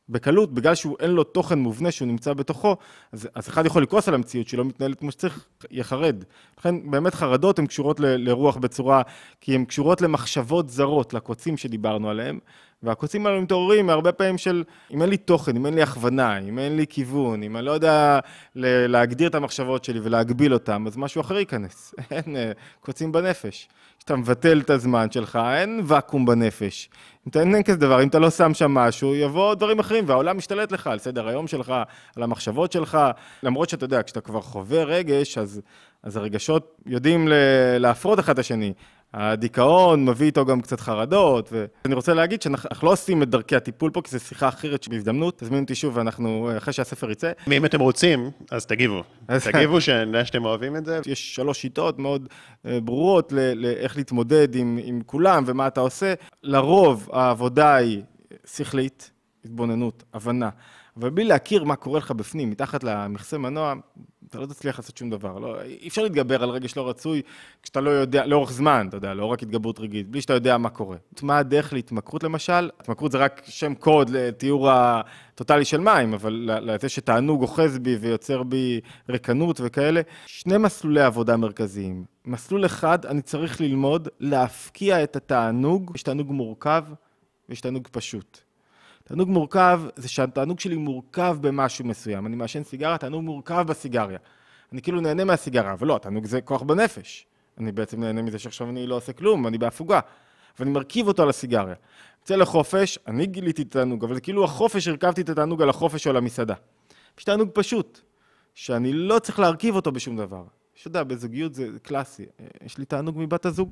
בקלות, בגלל שהוא אין לו תוכן מובנה שהוא נמצא בתוכו, אז, אז אחד יכול לקרוס על המציאות שלא מתנהלת כמו שצריך, יחרד. לכן באמת חרדות הן קשורות ל, לרוח בצורה, כי הן קשורות למחשבות זרות, לקוצים שדיברנו עליהם, והקוצים האלה מתעוררים הרבה פעמים של, אם אין לי תוכן, אם אין לי הכוונה, אם אין לי כיוון, אם אני לא יודע להגדיר את המחשבות שלי ולהגביל אותם, אז משהו אחר ייכנס. אין קוצים בנפש. כשאתה מבטל את הזמן שלך, אין וקום בנפש. אם אתה אין כזה דבר, אם אתה לא שם שם משהו, יבוא דברים אחרים, והעולם משתלט לך על סדר היום שלך, על המחשבות שלך, למרות שאתה יודע, כשאתה כבר חווה רגש, אז, אז הרגשות יודעים להפרות אחד את השני. הדיכאון מביא איתו גם קצת חרדות, ואני רוצה להגיד שאנחנו לא עושים את דרכי הטיפול פה, כי זו שיחה אחרת שבהזדמנות, תזמינו אותי שוב, ואנחנו, אחרי שהספר יצא. ואם אתם רוצים, אז תגיבו. תגיבו שנראה שאתם אוהבים את זה. יש שלוש שיטות מאוד ברורות לאיך להתמודד עם, עם כולם ומה אתה עושה. לרוב העבודה היא שכלית, התבוננות, הבנה, אבל בלי להכיר מה קורה לך בפנים, מתחת למכסה מנוע, אתה לא תצליח לעשות שום דבר. לא, אי אפשר להתגבר על רגש לא רצוי, כשאתה לא יודע, לאורך זמן, אתה יודע, לא רק התגברות רגעית, בלי שאתה יודע מה קורה. מה הדרך להתמכרות למשל? התמכרות זה רק שם קוד לתיאור הטוטלי של מים, אבל לזה שתענוג אוחז בי ויוצר בי ריקנות וכאלה. שני מסלולי עבודה מרכזיים. מסלול אחד, אני צריך ללמוד להפקיע את התענוג. יש תענוג מורכב ויש תענוג פשוט. תענוג מורכב זה שהתענוג שלי מורכב במשהו מסוים. אני מעשן סיגריה, תענוג מורכב בסיגריה. אני כאילו נהנה מהסיגריה, אבל לא, תענוג זה כוח בנפש. אני בעצם נהנה מזה שעכשיו אני לא עושה כלום, אני בהפוגה. ואני מרכיב אותו על הסיגריה. יוצא לחופש, אני גיליתי את התענוג, אבל זה כאילו החופש, הרכבתי את התענוג על החופש או על המסעדה. יש תענוג פשוט, שאני לא צריך להרכיב אותו בשום דבר. שיודע, בזוגיות זה קלאסי. יש לי תענוג מבת הזוג.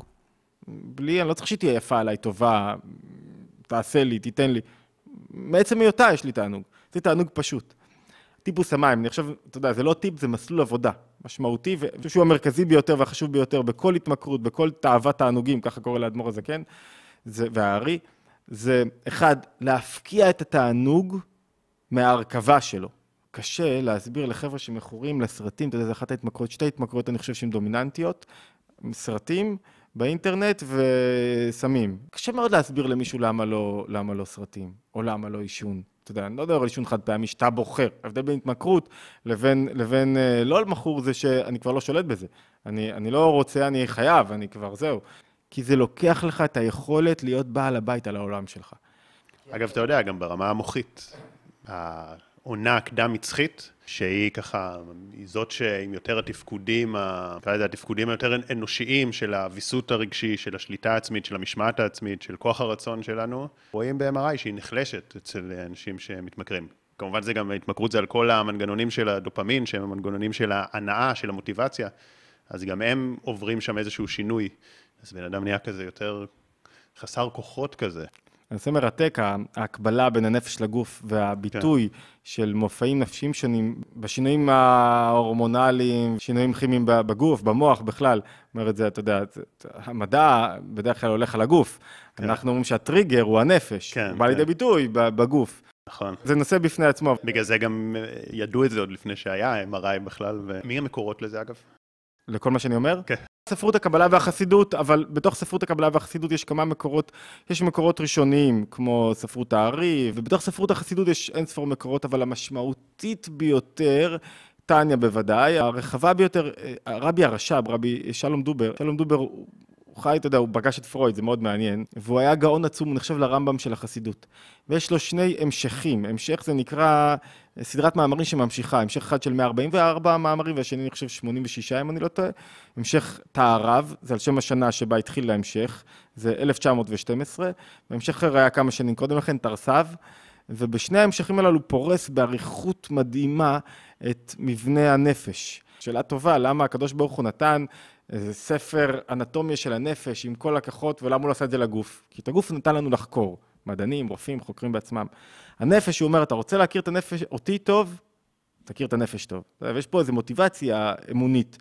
בלי, אני לא צריך שתהיה יפה עליי, טובה, תעשה לי, תיתן לי. מעצם היותה יש לי תענוג. זה תענוג פשוט. טיפוס המים, אני חושב, אתה יודע, זה לא טיפ, זה מסלול עבודה משמעותי, ואני חושב שהוא המרכזי ביותר והחשוב ביותר בכל התמכרות, בכל תאוות תענוגים, ככה קורא לאדמו"ר הזקן, והארי, זה אחד, להפקיע את התענוג מההרכבה שלו. קשה להסביר לחבר'ה שמכורים לסרטים, אתה יודע, זה אחת ההתמכרות, שתי התמכרות אני חושב שהן דומיננטיות, סרטים באינטרנט וסמים. קשה מאוד להסביר למישהו למה לא, למה לא סרטים, או למה לא עישון. אתה יודע, אני לא יודע על עישון חד פעמי שאתה בוחר. ההבדל בין התמכרות לבין, לבין לא מכור זה שאני כבר לא שולט בזה. אני, אני לא רוצה, אני חייב, אני כבר זהו. כי זה לוקח לך את היכולת להיות בעל הבית על העולם שלך. אגב, אתה יודע, גם ברמה המוחית, העונה הקדם-מצחית, שהיא ככה, היא זאת שעם יותר התפקודים, התפקודים היותר אנושיים של הוויסות הרגשי, של השליטה העצמית, של המשמעת העצמית, של כוח הרצון שלנו, רואים ב-אם אר איי שהיא נחלשת אצל אנשים שמתמכרים. כמובן זה גם, התמכרות זה על כל המנגנונים של הדופמין, שהם המנגנונים של ההנאה, של המוטיבציה, אז גם הם עוברים שם איזשהו שינוי. אז בן אדם נהיה כזה יותר חסר כוחות כזה. הנושא מרתק, ההקבלה בין הנפש לגוף והביטוי כן. של מופעים נפשיים שונים, בשינויים ההורמונליים, שינויים כימיים בגוף, במוח בכלל. אומר את זה, אתה יודע, המדע בדרך כלל הולך על הגוף. כן. אנחנו אומרים שהטריגר הוא הנפש, כן, הוא בא כן. לידי ביטוי בגוף. נכון. זה נושא בפני עצמו. בגלל זה גם ידעו את זה עוד לפני שהיה, אם אר איי בכלל. ומי המקורות לזה אגב? לכל מה שאני אומר? כן. ספרות הקבלה והחסידות, אבל בתוך ספרות הקבלה והחסידות יש כמה מקורות, יש מקורות ראשוניים, כמו ספרות הארי, ובתוך ספרות החסידות יש אין ספור מקורות, אבל המשמעותית ביותר, טניה בוודאי, הרחבה ביותר, רבי הרש"ב, רבי שלום דובר, שלום דובר הוא חי, אתה יודע, הוא פגש את פרויד, זה מאוד מעניין, והוא היה גאון עצום, הוא נחשב לרמב"ם של החסידות. ויש לו שני המשכים, המשך זה נקרא סדרת מאמרים שממשיכה, המשך אחד של מאה ארבעים וארבע מאמרים, והשני אני חושב שמונים ושישה אם אני לא טועה, המשך תערב, זה על שם השנה שבה התחיל להמשך, זה אלף תשע מאות ושתים עשרה, והמשך אחר היה כמה שנים קודם לכן, תרס"ו, ובשני ההמשכים הללו פורס באריכות מדהימה את מבנה הנפש. שאלה טובה, למה הקדוש ברוך הוא נתן איזה ספר אנטומיה של הנפש עם כל הכוחות, ולמה הוא לא עשה את זה לגוף? כי את הגוף נתן לנו לחקור, מדענים, רופאים, חוקרים בעצמם. הנפש, הוא אומר, אתה רוצה להכיר את הנפש אותי טוב? תכיר את הנפש טוב. ויש פה איזו מוטיבציה אמונית,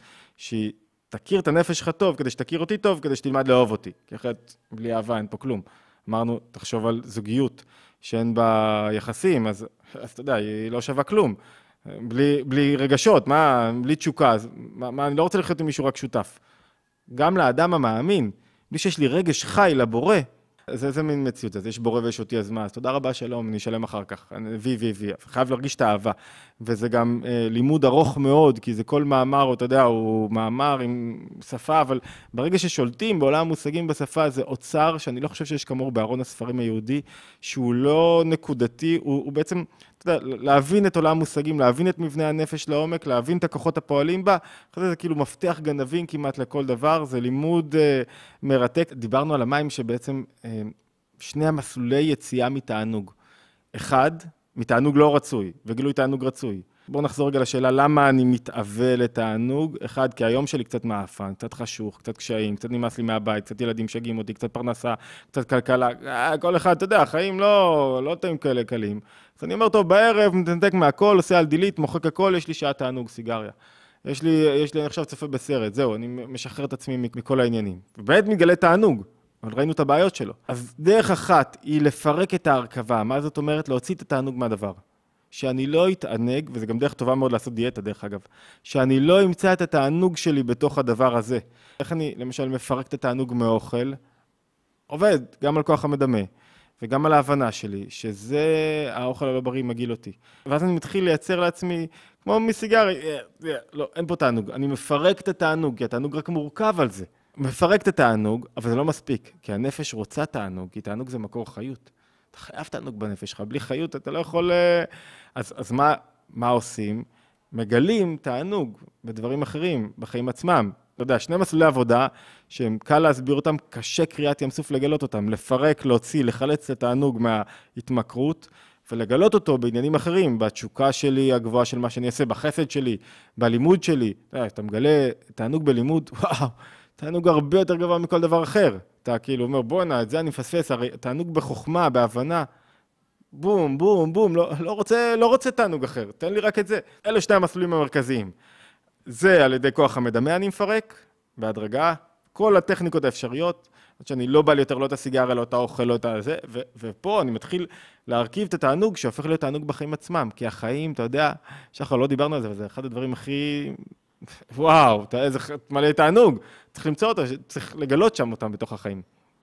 שתכיר את הנפש שלך טוב, כדי שתכיר אותי טוב, כדי שתלמד לאהוב אותי. כי אחרת, בלי אהבה, אין פה כלום. אמרנו, תחשוב על זוגיות שאין בה יחסים, אז, אז אתה יודע, היא לא שווה כלום. בלי, בלי רגשות, מה, בלי תשוקה, אז, מה, מה, אני לא רוצה לחיות עם מישהו רק שותף. גם לאדם המאמין, בלי שיש לי רגש חי לבורא, זה, זה מין מציאות, אז יש בורא ויש אותי, אז מה, אז תודה רבה, שלום, אני אשלם אחר כך, וי וי וי, חייב להרגיש את האהבה, וזה גם אה, לימוד ארוך מאוד, כי זה כל מאמר, אתה יודע, הוא מאמר עם שפה, אבל ברגע ששולטים בעולם המושגים בשפה, זה אוצר שאני לא חושב שיש כמוהו בארון הספרים היהודי, שהוא לא נקודתי, הוא, הוא בעצם, אתה יודע, להבין את עולם המושגים, להבין את מבנה הנפש לעומק, להבין את הכוחות הפועלים בה, אחרי זה כאילו מפתח גנבים כמעט לכל דבר, זה לימוד אה, מרתק. דיברנו על המים שבעצם אה, שני המסלולי יציאה מתענוג. אחד, מתענוג לא רצוי, וגילוי תענוג רצוי. בואו נחזור רגע לשאלה, למה אני מתאווה לתענוג? אחד, כי היום שלי קצת מאפן, קצת חשוך, קצת קשיים, קצת נמאס לי מהבית, קצת ילדים שגים אותי, קצת פרנסה, קצת כלכלה, כל אחד, אתה יודע, החיים לא, לא תאים כאלה קלים. אז אני אומר, טוב, בערב, מתנתק מהכל, עושה על דילית, מוחק הכל, יש לי שעה תענוג, סיגריה. יש לי, יש לי, אני עכשיו צופה בסרט, זהו, אני משחרר את עצמי מכל העניינים. ובעת מתגלה תענוג, אבל ראינו את הבעיות שלו. אז דרך אחת היא לפרק את ההרכבה, מה זאת אומרת? להוציא את התענוג מהדבר. שאני לא אתענג, וזה גם דרך טובה מאוד לעשות דיאטה, דרך אגב, שאני לא אמצא את התענוג שלי בתוך הדבר הזה. איך אני, למשל, מפרק את התענוג מאוכל? עובד, גם על כוח המדמה, וגם על ההבנה שלי, שזה האוכל הלא בריא מגיל אותי. ואז אני מתחיל לייצר לעצמי, כמו מסיגרי, לא, אין פה תענוג. אני מפרק את התענוג, כי התענוג רק מורכב על זה. מפרק את התענוג, אבל זה לא מספיק, כי הנפש רוצה תענוג, כי תענוג זה מקור חיות. אתה חייב תענוג בנפש שלך, בלי חיות אתה לא יכול... אז, אז מה, מה עושים? מגלים תענוג בדברים אחרים, בחיים עצמם. אתה יודע, שני מסלולי עבודה שהם קל להסביר אותם, קשה קריאת ים סוף לגלות אותם, לפרק, להוציא, לחלץ את התענוג מההתמכרות, ולגלות אותו בעניינים אחרים, בתשוקה שלי הגבוהה של מה שאני אעשה, בחסד שלי, בלימוד שלי. אתה יודע, אתה מגלה תענוג בלימוד, וואו, תענוג הרבה יותר גבוה מכל דבר אחר. אתה כאילו אומר, בוא נה, את זה אני מפספס, הרי תענוג בחוכמה, בהבנה, בום, בום, בום, לא, לא רוצה, לא רוצה תענוג אחר, תן לי רק את זה. אלה שני המסלולים המרכזיים. זה על ידי כוח המדמה אני מפרק, בהדרגה, כל הטכניקות האפשריות, עד שאני לא בא לי יותר לא את הסיגריה, לא את האוכל, לא את זה, ו- ופה אני מתחיל להרכיב את התענוג, שהופך להיות תענוג בחיים עצמם, כי החיים, אתה יודע, שחר, לא דיברנו על זה, וזה אחד הדברים הכי... וואו, אתה איזה מלא תענוג, צריך למצוא אותו, צריך לגלות שם אותם בתוך החיים.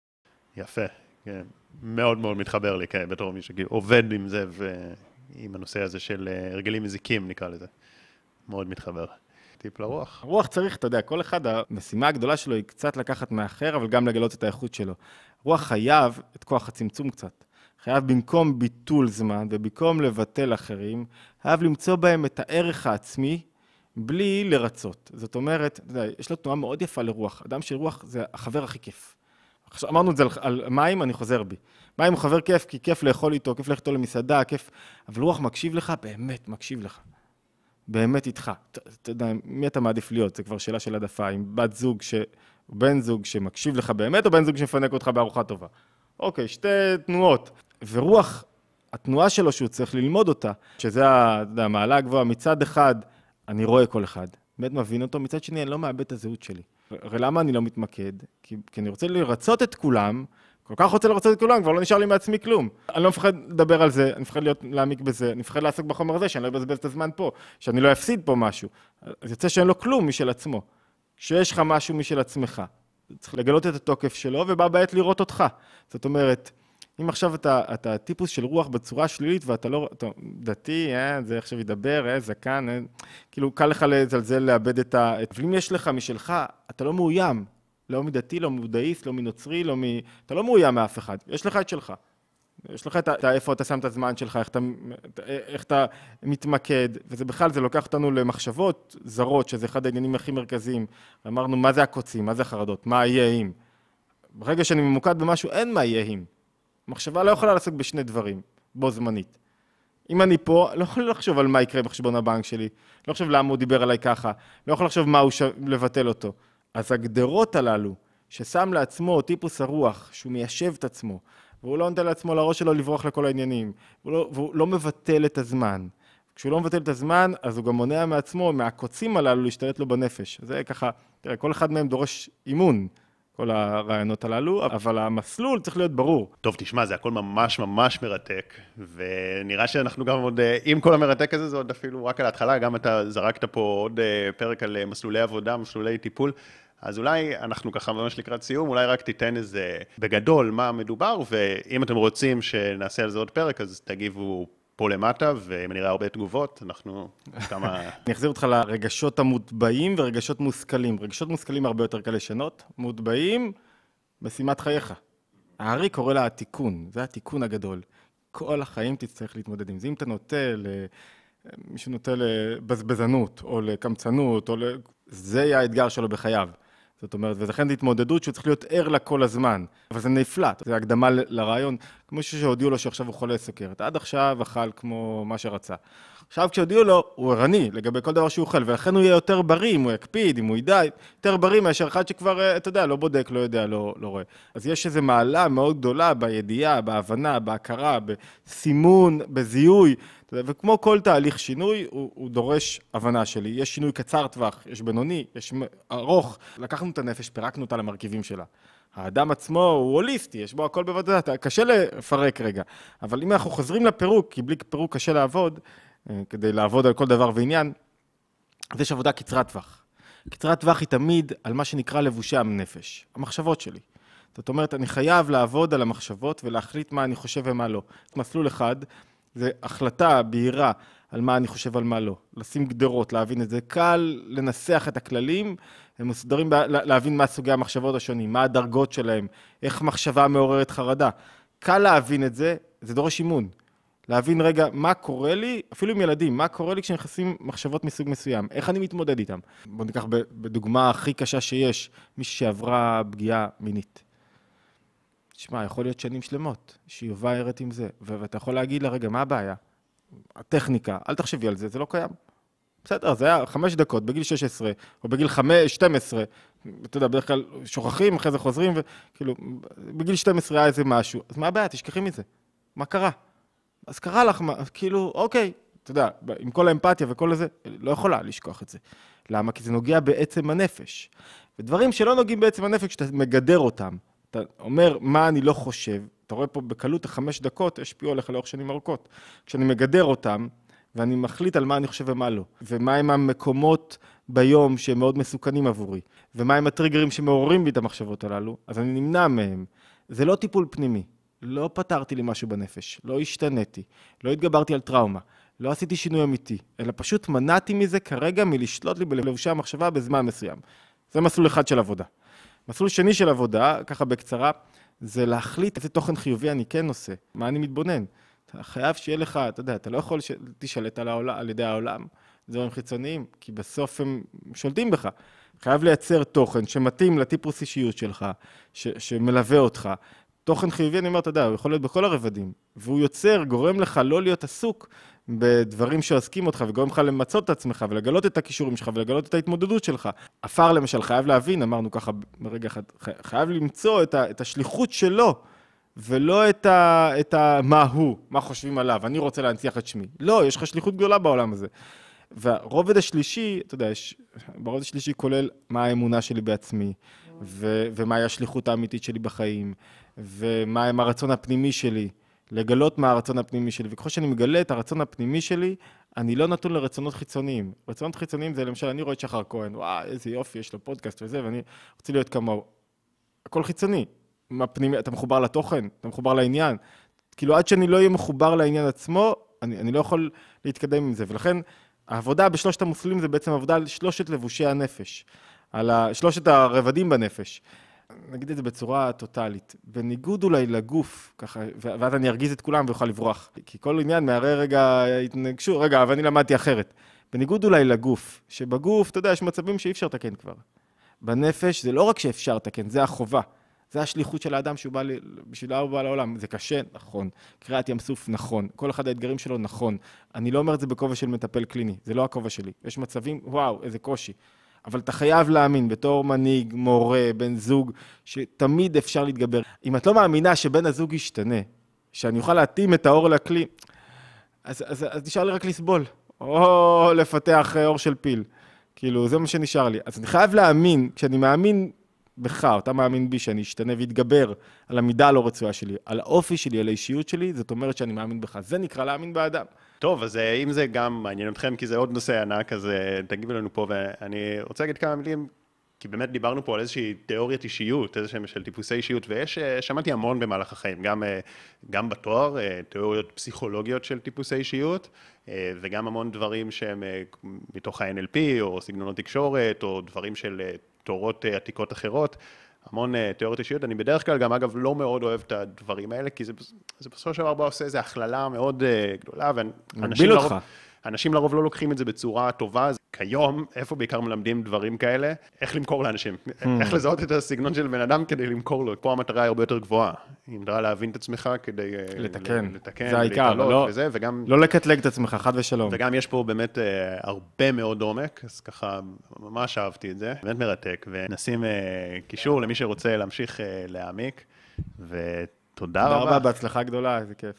יפה, כן. מאוד מאוד מתחבר לי, כן, בתור מי שעובד עם זה, ועם הנושא הזה של הרגלים מזיקים, נקרא לזה. מאוד מתחבר. טיפ לרוח. הרוח צריך, אתה יודע, כל אחד, המשימה הגדולה שלו היא קצת לקחת מאחר, אבל גם לגלות את האיכות שלו. רוח חייב את כוח הצמצום קצת. חייב במקום ביטול זמן, ובמקום לבטל אחרים, חייב למצוא בהם את הערך העצמי, בלי לרצות. זאת אומרת, אתה יודע, יש לו תנועה מאוד יפה לרוח. אדם של רוח זה החבר הכי כיף. אמרנו את זה על מים, אני חוזר בי. מים הוא חבר כיף, כי כיף לאכול איתו, כיף ללכת איתו למסעדה, כיף... אבל רוח מקשיב לך, באמת מקשיב לך. באמת איתך. אתה יודע, מי אתה מעדיף להיות? זה כבר שאלה של העדפה. עם בת זוג, ש... בן זוג שמקשיב לך באמת, או בן זוג שמפנק אותך בארוחה טובה? אוקיי, שתי תנועות. ורוח, התנועה שלו שהוא צריך ללמוד אותה, שזה המעלה הגבוהה, מצד אחד, אני רואה כל אחד, באמת מבין אותו, מצד שני, אני לא מאבד את הזהות שלי. הרי למה אני לא מתמקד? כי, כי אני רוצה לרצות את כולם, כל כך רוצה לרצות את כולם, כבר לא נשאר לי מעצמי כלום. אני לא מפחד לדבר על זה, אני מפחד להיות, להעמיק בזה, אני מפחד לעסוק בחומר הזה, שאני לא אבזבז את הזמן פה, שאני לא אפסיד פה משהו. אז יוצא שאין לו כלום משל עצמו. כשיש לך משהו משל עצמך, צריך לגלות את התוקף שלו, ובא בעת לראות אותך. זאת אומרת, אם עכשיו אתה, אתה טיפוס של רוח בצורה שלילית, ואתה לא, אתה דתי, אה, זה עכשיו ידבר, אה, זקן, אה, כאילו קל לך לזלזל, לאבד את ה... אבל אם יש לך משלך, אתה לא מאוים. לא מדתי, לא מבודהיסט, לא מנוצרי, לא מ... אתה לא מאוים מאף אחד. יש לך את שלך. יש לך את ה... איפה אתה שם את הזמן שלך, איך אתה, איך אתה מתמקד, וזה בכלל, זה לוקח אותנו למחשבות זרות, שזה אחד העניינים הכי מרכזיים. אמרנו, מה זה הקוצים, מה זה החרדות, מה יהיה אם? ברגע שאני ממוקד במשהו, אין מה יהיה אם. מחשבה לא יכולה לעסוק בשני דברים, בו זמנית. אם אני פה, לא יכול לחשוב על מה יקרה בחשבון הבנק שלי, לא חושב למה הוא דיבר עליי ככה, לא יכול לחשוב מה הוא ש... לבטל אותו. אז הגדרות הללו, ששם לעצמו טיפוס הרוח, שהוא מיישב את עצמו, והוא לא נותן לעצמו לראש שלו לברוח לכל העניינים, והוא לא, והוא לא מבטל את הזמן. כשהוא לא מבטל את הזמן, אז הוא גם מונע מעצמו, מהקוצים הללו, להשתלט לו בנפש. זה ככה, תראה, כל אחד מהם דורש אימון, כל הרעיונות הללו, אבל המסלול צריך להיות ברור. טוב, תשמע, זה הכל ממש ממש מרתק, ונראה שאנחנו גם עוד, עם כל המרתק הזה, זה עוד אפילו רק על ההתחלה, גם אתה זרקת פה עוד פרק על מסלולי עבודה, מסלולי טיפול, אז אולי אנחנו ככה ממש לקראת סיום, אולי רק תיתן איזה בגדול מה מדובר, ואם אתם רוצים שנעשה על זה עוד פרק, אז תגיבו פה למטה, ואם נראה הרבה תגובות, אנחנו כמה... אני אחזיר אותך לרגשות המוטבעים ורגשות מושכלים. רגשות מושכלים הרבה יותר קל לשנות, מוטבעים, משימת חייך. הארי קורא לה התיקון, זה התיקון הגדול. כל החיים תצטרך להתמודד עם זה. אם אתה נוטה, מישהו נוטה לבזבזנות, או לקמצנות, או ל... זה יהיה האתגר שלו בחייו. זאת אומרת, ולכן זו התמודדות שהוא צריך להיות ער לה כל הזמן. אבל זה נפלט, זה הקדמה לרעיון, כמו שהודיעו לו שעכשיו הוא חולה סוכרת. עד עכשיו אכל כמו מה שרצה. עכשיו כשהודיעו לו, הוא ערני לגבי כל דבר שהוא אוכל, ולכן הוא יהיה יותר בריא, אם הוא יקפיד, אם הוא ידע, יותר בריא מאשר אחד שכבר, אתה יודע, לא בודק, לא יודע, לא, לא רואה. אז יש איזו מעלה מאוד גדולה בידיעה, בהבנה, בהכרה, בסימון, בזיהוי, וכמו כל תהליך שינוי, הוא, הוא דורש הבנה שלי. יש שינוי קצר טווח, יש בינוני, יש ארוך. לקחנו את הנפש, פירקנו אותה למרכיבים שלה. האדם עצמו הוא הוליסטי, יש בו הכל בוודאות, קשה לפרק רגע. אבל אם אנחנו חוזרים לפירוק, כי בלי פירוק קשה לעבוד, כדי לעבוד על כל דבר ועניין, אז יש עבודה קצרת טווח. קצרת טווח היא תמיד על מה שנקרא לבושי הנפש, המחשבות שלי. זאת אומרת, אני חייב לעבוד על המחשבות ולהחליט מה אני חושב ומה לא. מסלול אחד, זה החלטה בהירה על מה אני חושב על מה לא. לשים גדרות, להבין את זה. קל לנסח את הכללים, הם מסודרים בה, להבין מה סוגי המחשבות השונים, מה הדרגות שלהם, איך מחשבה מעוררת חרדה. קל להבין את זה, זה דורש אימון. להבין רגע מה קורה לי, אפילו עם ילדים, מה קורה לי כשנכנסים מחשבות מסוג מסוים, איך אני מתמודד איתם. בואו ניקח בדוגמה הכי קשה שיש, מישהי שעברה פגיעה מינית. תשמע, יכול להיות שנים שלמות, שהיא עוברת עם זה, ואתה יכול להגיד לה, רגע, מה הבעיה? הטכניקה, אל תחשבי על זה, זה לא קיים. בסדר, זה היה חמש דקות, בגיל שש עשרה, או בגיל חמש, שתים עשרה, אתה יודע, בדרך כלל שוכחים, אחרי זה חוזרים, וכאילו, בגיל שתים עשרה היה איזה משהו, אז מה הבעיה? תשכחי מזה. מה קרה? אז קרה לך, כאילו, אוקיי, אתה יודע, עם כל האמפתיה וכל הזה, לא יכולה לשכוח את זה. למה? כי זה נוגע בעצם הנפש. ודברים שלא נוגעים בעצם הנפש, כשאתה מגדר אותם, אתה אומר מה אני לא חושב, אתה רואה פה בקלות החמש דקות, השפיעו עליך לאורך שנים ארוכות. כשאני מגדר אותם, ואני מחליט על מה אני חושב ומה לא, ומה הם המקומות ביום שהם מאוד מסוכנים עבורי, ומה הם הטריגרים שמעוררים בי את המחשבות הללו, אז אני נמנע מהם. זה לא טיפול פנימי. לא פתרתי לי משהו בנפש, לא השתניתי, לא התגברתי על טראומה, לא עשיתי שינוי אמיתי, אלא פשוט מנעתי מזה כרגע מלשלוט לי בלבושי המחשבה בזמן מסוים. זה מסלול אחד של עבודה. מסלול שני של עבודה, ככה בקצרה, זה להחליט איזה תוכן חיובי אני כן עושה, מה אני מתבונן. אתה חייב שיהיה לך, אתה יודע, אתה לא יכול שתשלט על, העולם, על ידי העולם, דברים חיצוניים, כי בסוף הם שולטים בך. חייב לייצר תוכן שמתאים לטיפוס אישיות שלך, ש, שמלווה אותך. תוכן חיובי, אני אומר, אתה יודע, הוא יכול להיות בכל הרבדים, והוא יוצר, גורם לך לא להיות עסוק בדברים שעוסקים אותך, וגורם לך למצות את עצמך, ולגלות את הכישורים שלך, ולגלות את ההתמודדות שלך. אפר למשל, חייב להבין, אמרנו ככה ברגע אחד, חייב למצוא את, ה, את השליחות שלו, ולא את, ה, את ה, מה הוא, מה חושבים עליו, אני רוצה להנציח את שמי. לא, יש לך שליחות גדולה בעולם הזה. והרובד השלישי, אתה יודע, יש, ברובד השלישי כולל מה האמונה שלי בעצמי, ו, ומהי השליחות האמיתית שלי בחיים, ומה עם הרצון הפנימי שלי, לגלות מה הרצון הפנימי שלי, וככל שאני מגלה את הרצון הפנימי שלי, אני לא נתון לרצונות חיצוניים. רצונות חיצוניים זה למשל, אני רואה את שחר כהן, וואי, איזה יופי, יש לו פודקאסט וזה, ואני רוצה להיות כמוהו. הכל חיצוני. הפנימי, אתה מחובר לתוכן, אתה מחובר לעניין. כאילו, עד שאני לא אהיה מחובר לעניין עצמו, אני, אני לא יכול להתקדם עם זה. ולכן, העבודה בשלושת המסלולים זה בעצם עבודה על שלושת לבושי הנפש, על שלושת הרבדים בנפש. נגיד את זה בצורה טוטלית, בניגוד אולי לגוף, ככה, ואז אני ארגיז את כולם ויוכל לברוח. כי כל עניין מהרי רגע התנגשו, רגע, אבל אני למדתי אחרת. בניגוד אולי לגוף, שבגוף, אתה יודע, יש מצבים שאי אפשר לתקן כבר. בנפש זה לא רק שאפשר לתקן, זה החובה. זה השליחות של האדם שהוא בא, בשבילה הוא בא לעולם. זה קשה, נכון. קריאת ים סוף, נכון. כל אחד האתגרים שלו, נכון. אני לא אומר את זה בכובע של מטפל קליני, זה לא הכובע שלי. יש מצבים, וואו, איזה קושי. אבל אתה חייב להאמין, בתור מנהיג, מורה, בן זוג, שתמיד אפשר להתגבר. אם את לא מאמינה שבן הזוג ישתנה, שאני אוכל להתאים את האור לכלי, אז, אז, אז נשאר לי רק לסבול, או לפתח אור של פיל. כאילו, זה מה שנשאר לי. אז אני חייב להאמין, כשאני מאמין בך, אתה מאמין בי שאני אשתנה ויתגבר על המידה הלא רצויה שלי, על האופי שלי, על האישיות שלי, זאת אומרת שאני מאמין בך. זה נקרא להאמין באדם. טוב, אז אם זה גם מעניין אתכם, כי זה עוד נושא ענק, אז תגיבו לנו פה, ואני רוצה להגיד כמה מילים כי באמת דיברנו פה על איזושהי תיאוריית אישיות, איזשהם של טיפוסי אישיות, ויש, שמעתי המון במהלך החיים, גם, גם בתואר, תיאוריות פסיכולוגיות של טיפוסי אישיות, וגם המון דברים שהם מתוך ה-אן אל פי, או סגנונות תקשורת, או דברים של תיאוריות עתיקות אחרות, המון תיאוריות אישיות. אני בדרך כלל גם, אגב, לא מאוד אוהב את הדברים האלה, כי זה, זה בסופו של דבר עושה איזו הכללה מאוד גדולה, ואנשים לרוב, אנשים לרוב לא לוקחים את זה בצורה טובה. כיום, איפה בעיקר מלמדים דברים כאלה? איך למכור לאנשים? איך לזהות את הסגנון של בן אדם כדי למכור לו? פה המטרה היא הרבה יותר גבוהה. היא מטרה להבין את עצמך כדי לתקן. לתקן, זה העיקר, לא, וזה, וגם, לא לקטלג את עצמך, חד ושלום. וגם יש פה באמת הרבה מאוד עומק, אז ככה ממש אהבתי את זה. באמת מרתק, ונשים קישור למי שרוצה להמשיך להעמיק, ותודה רבה. תודה רבה, בהצלחה גדולה, איזה כיף.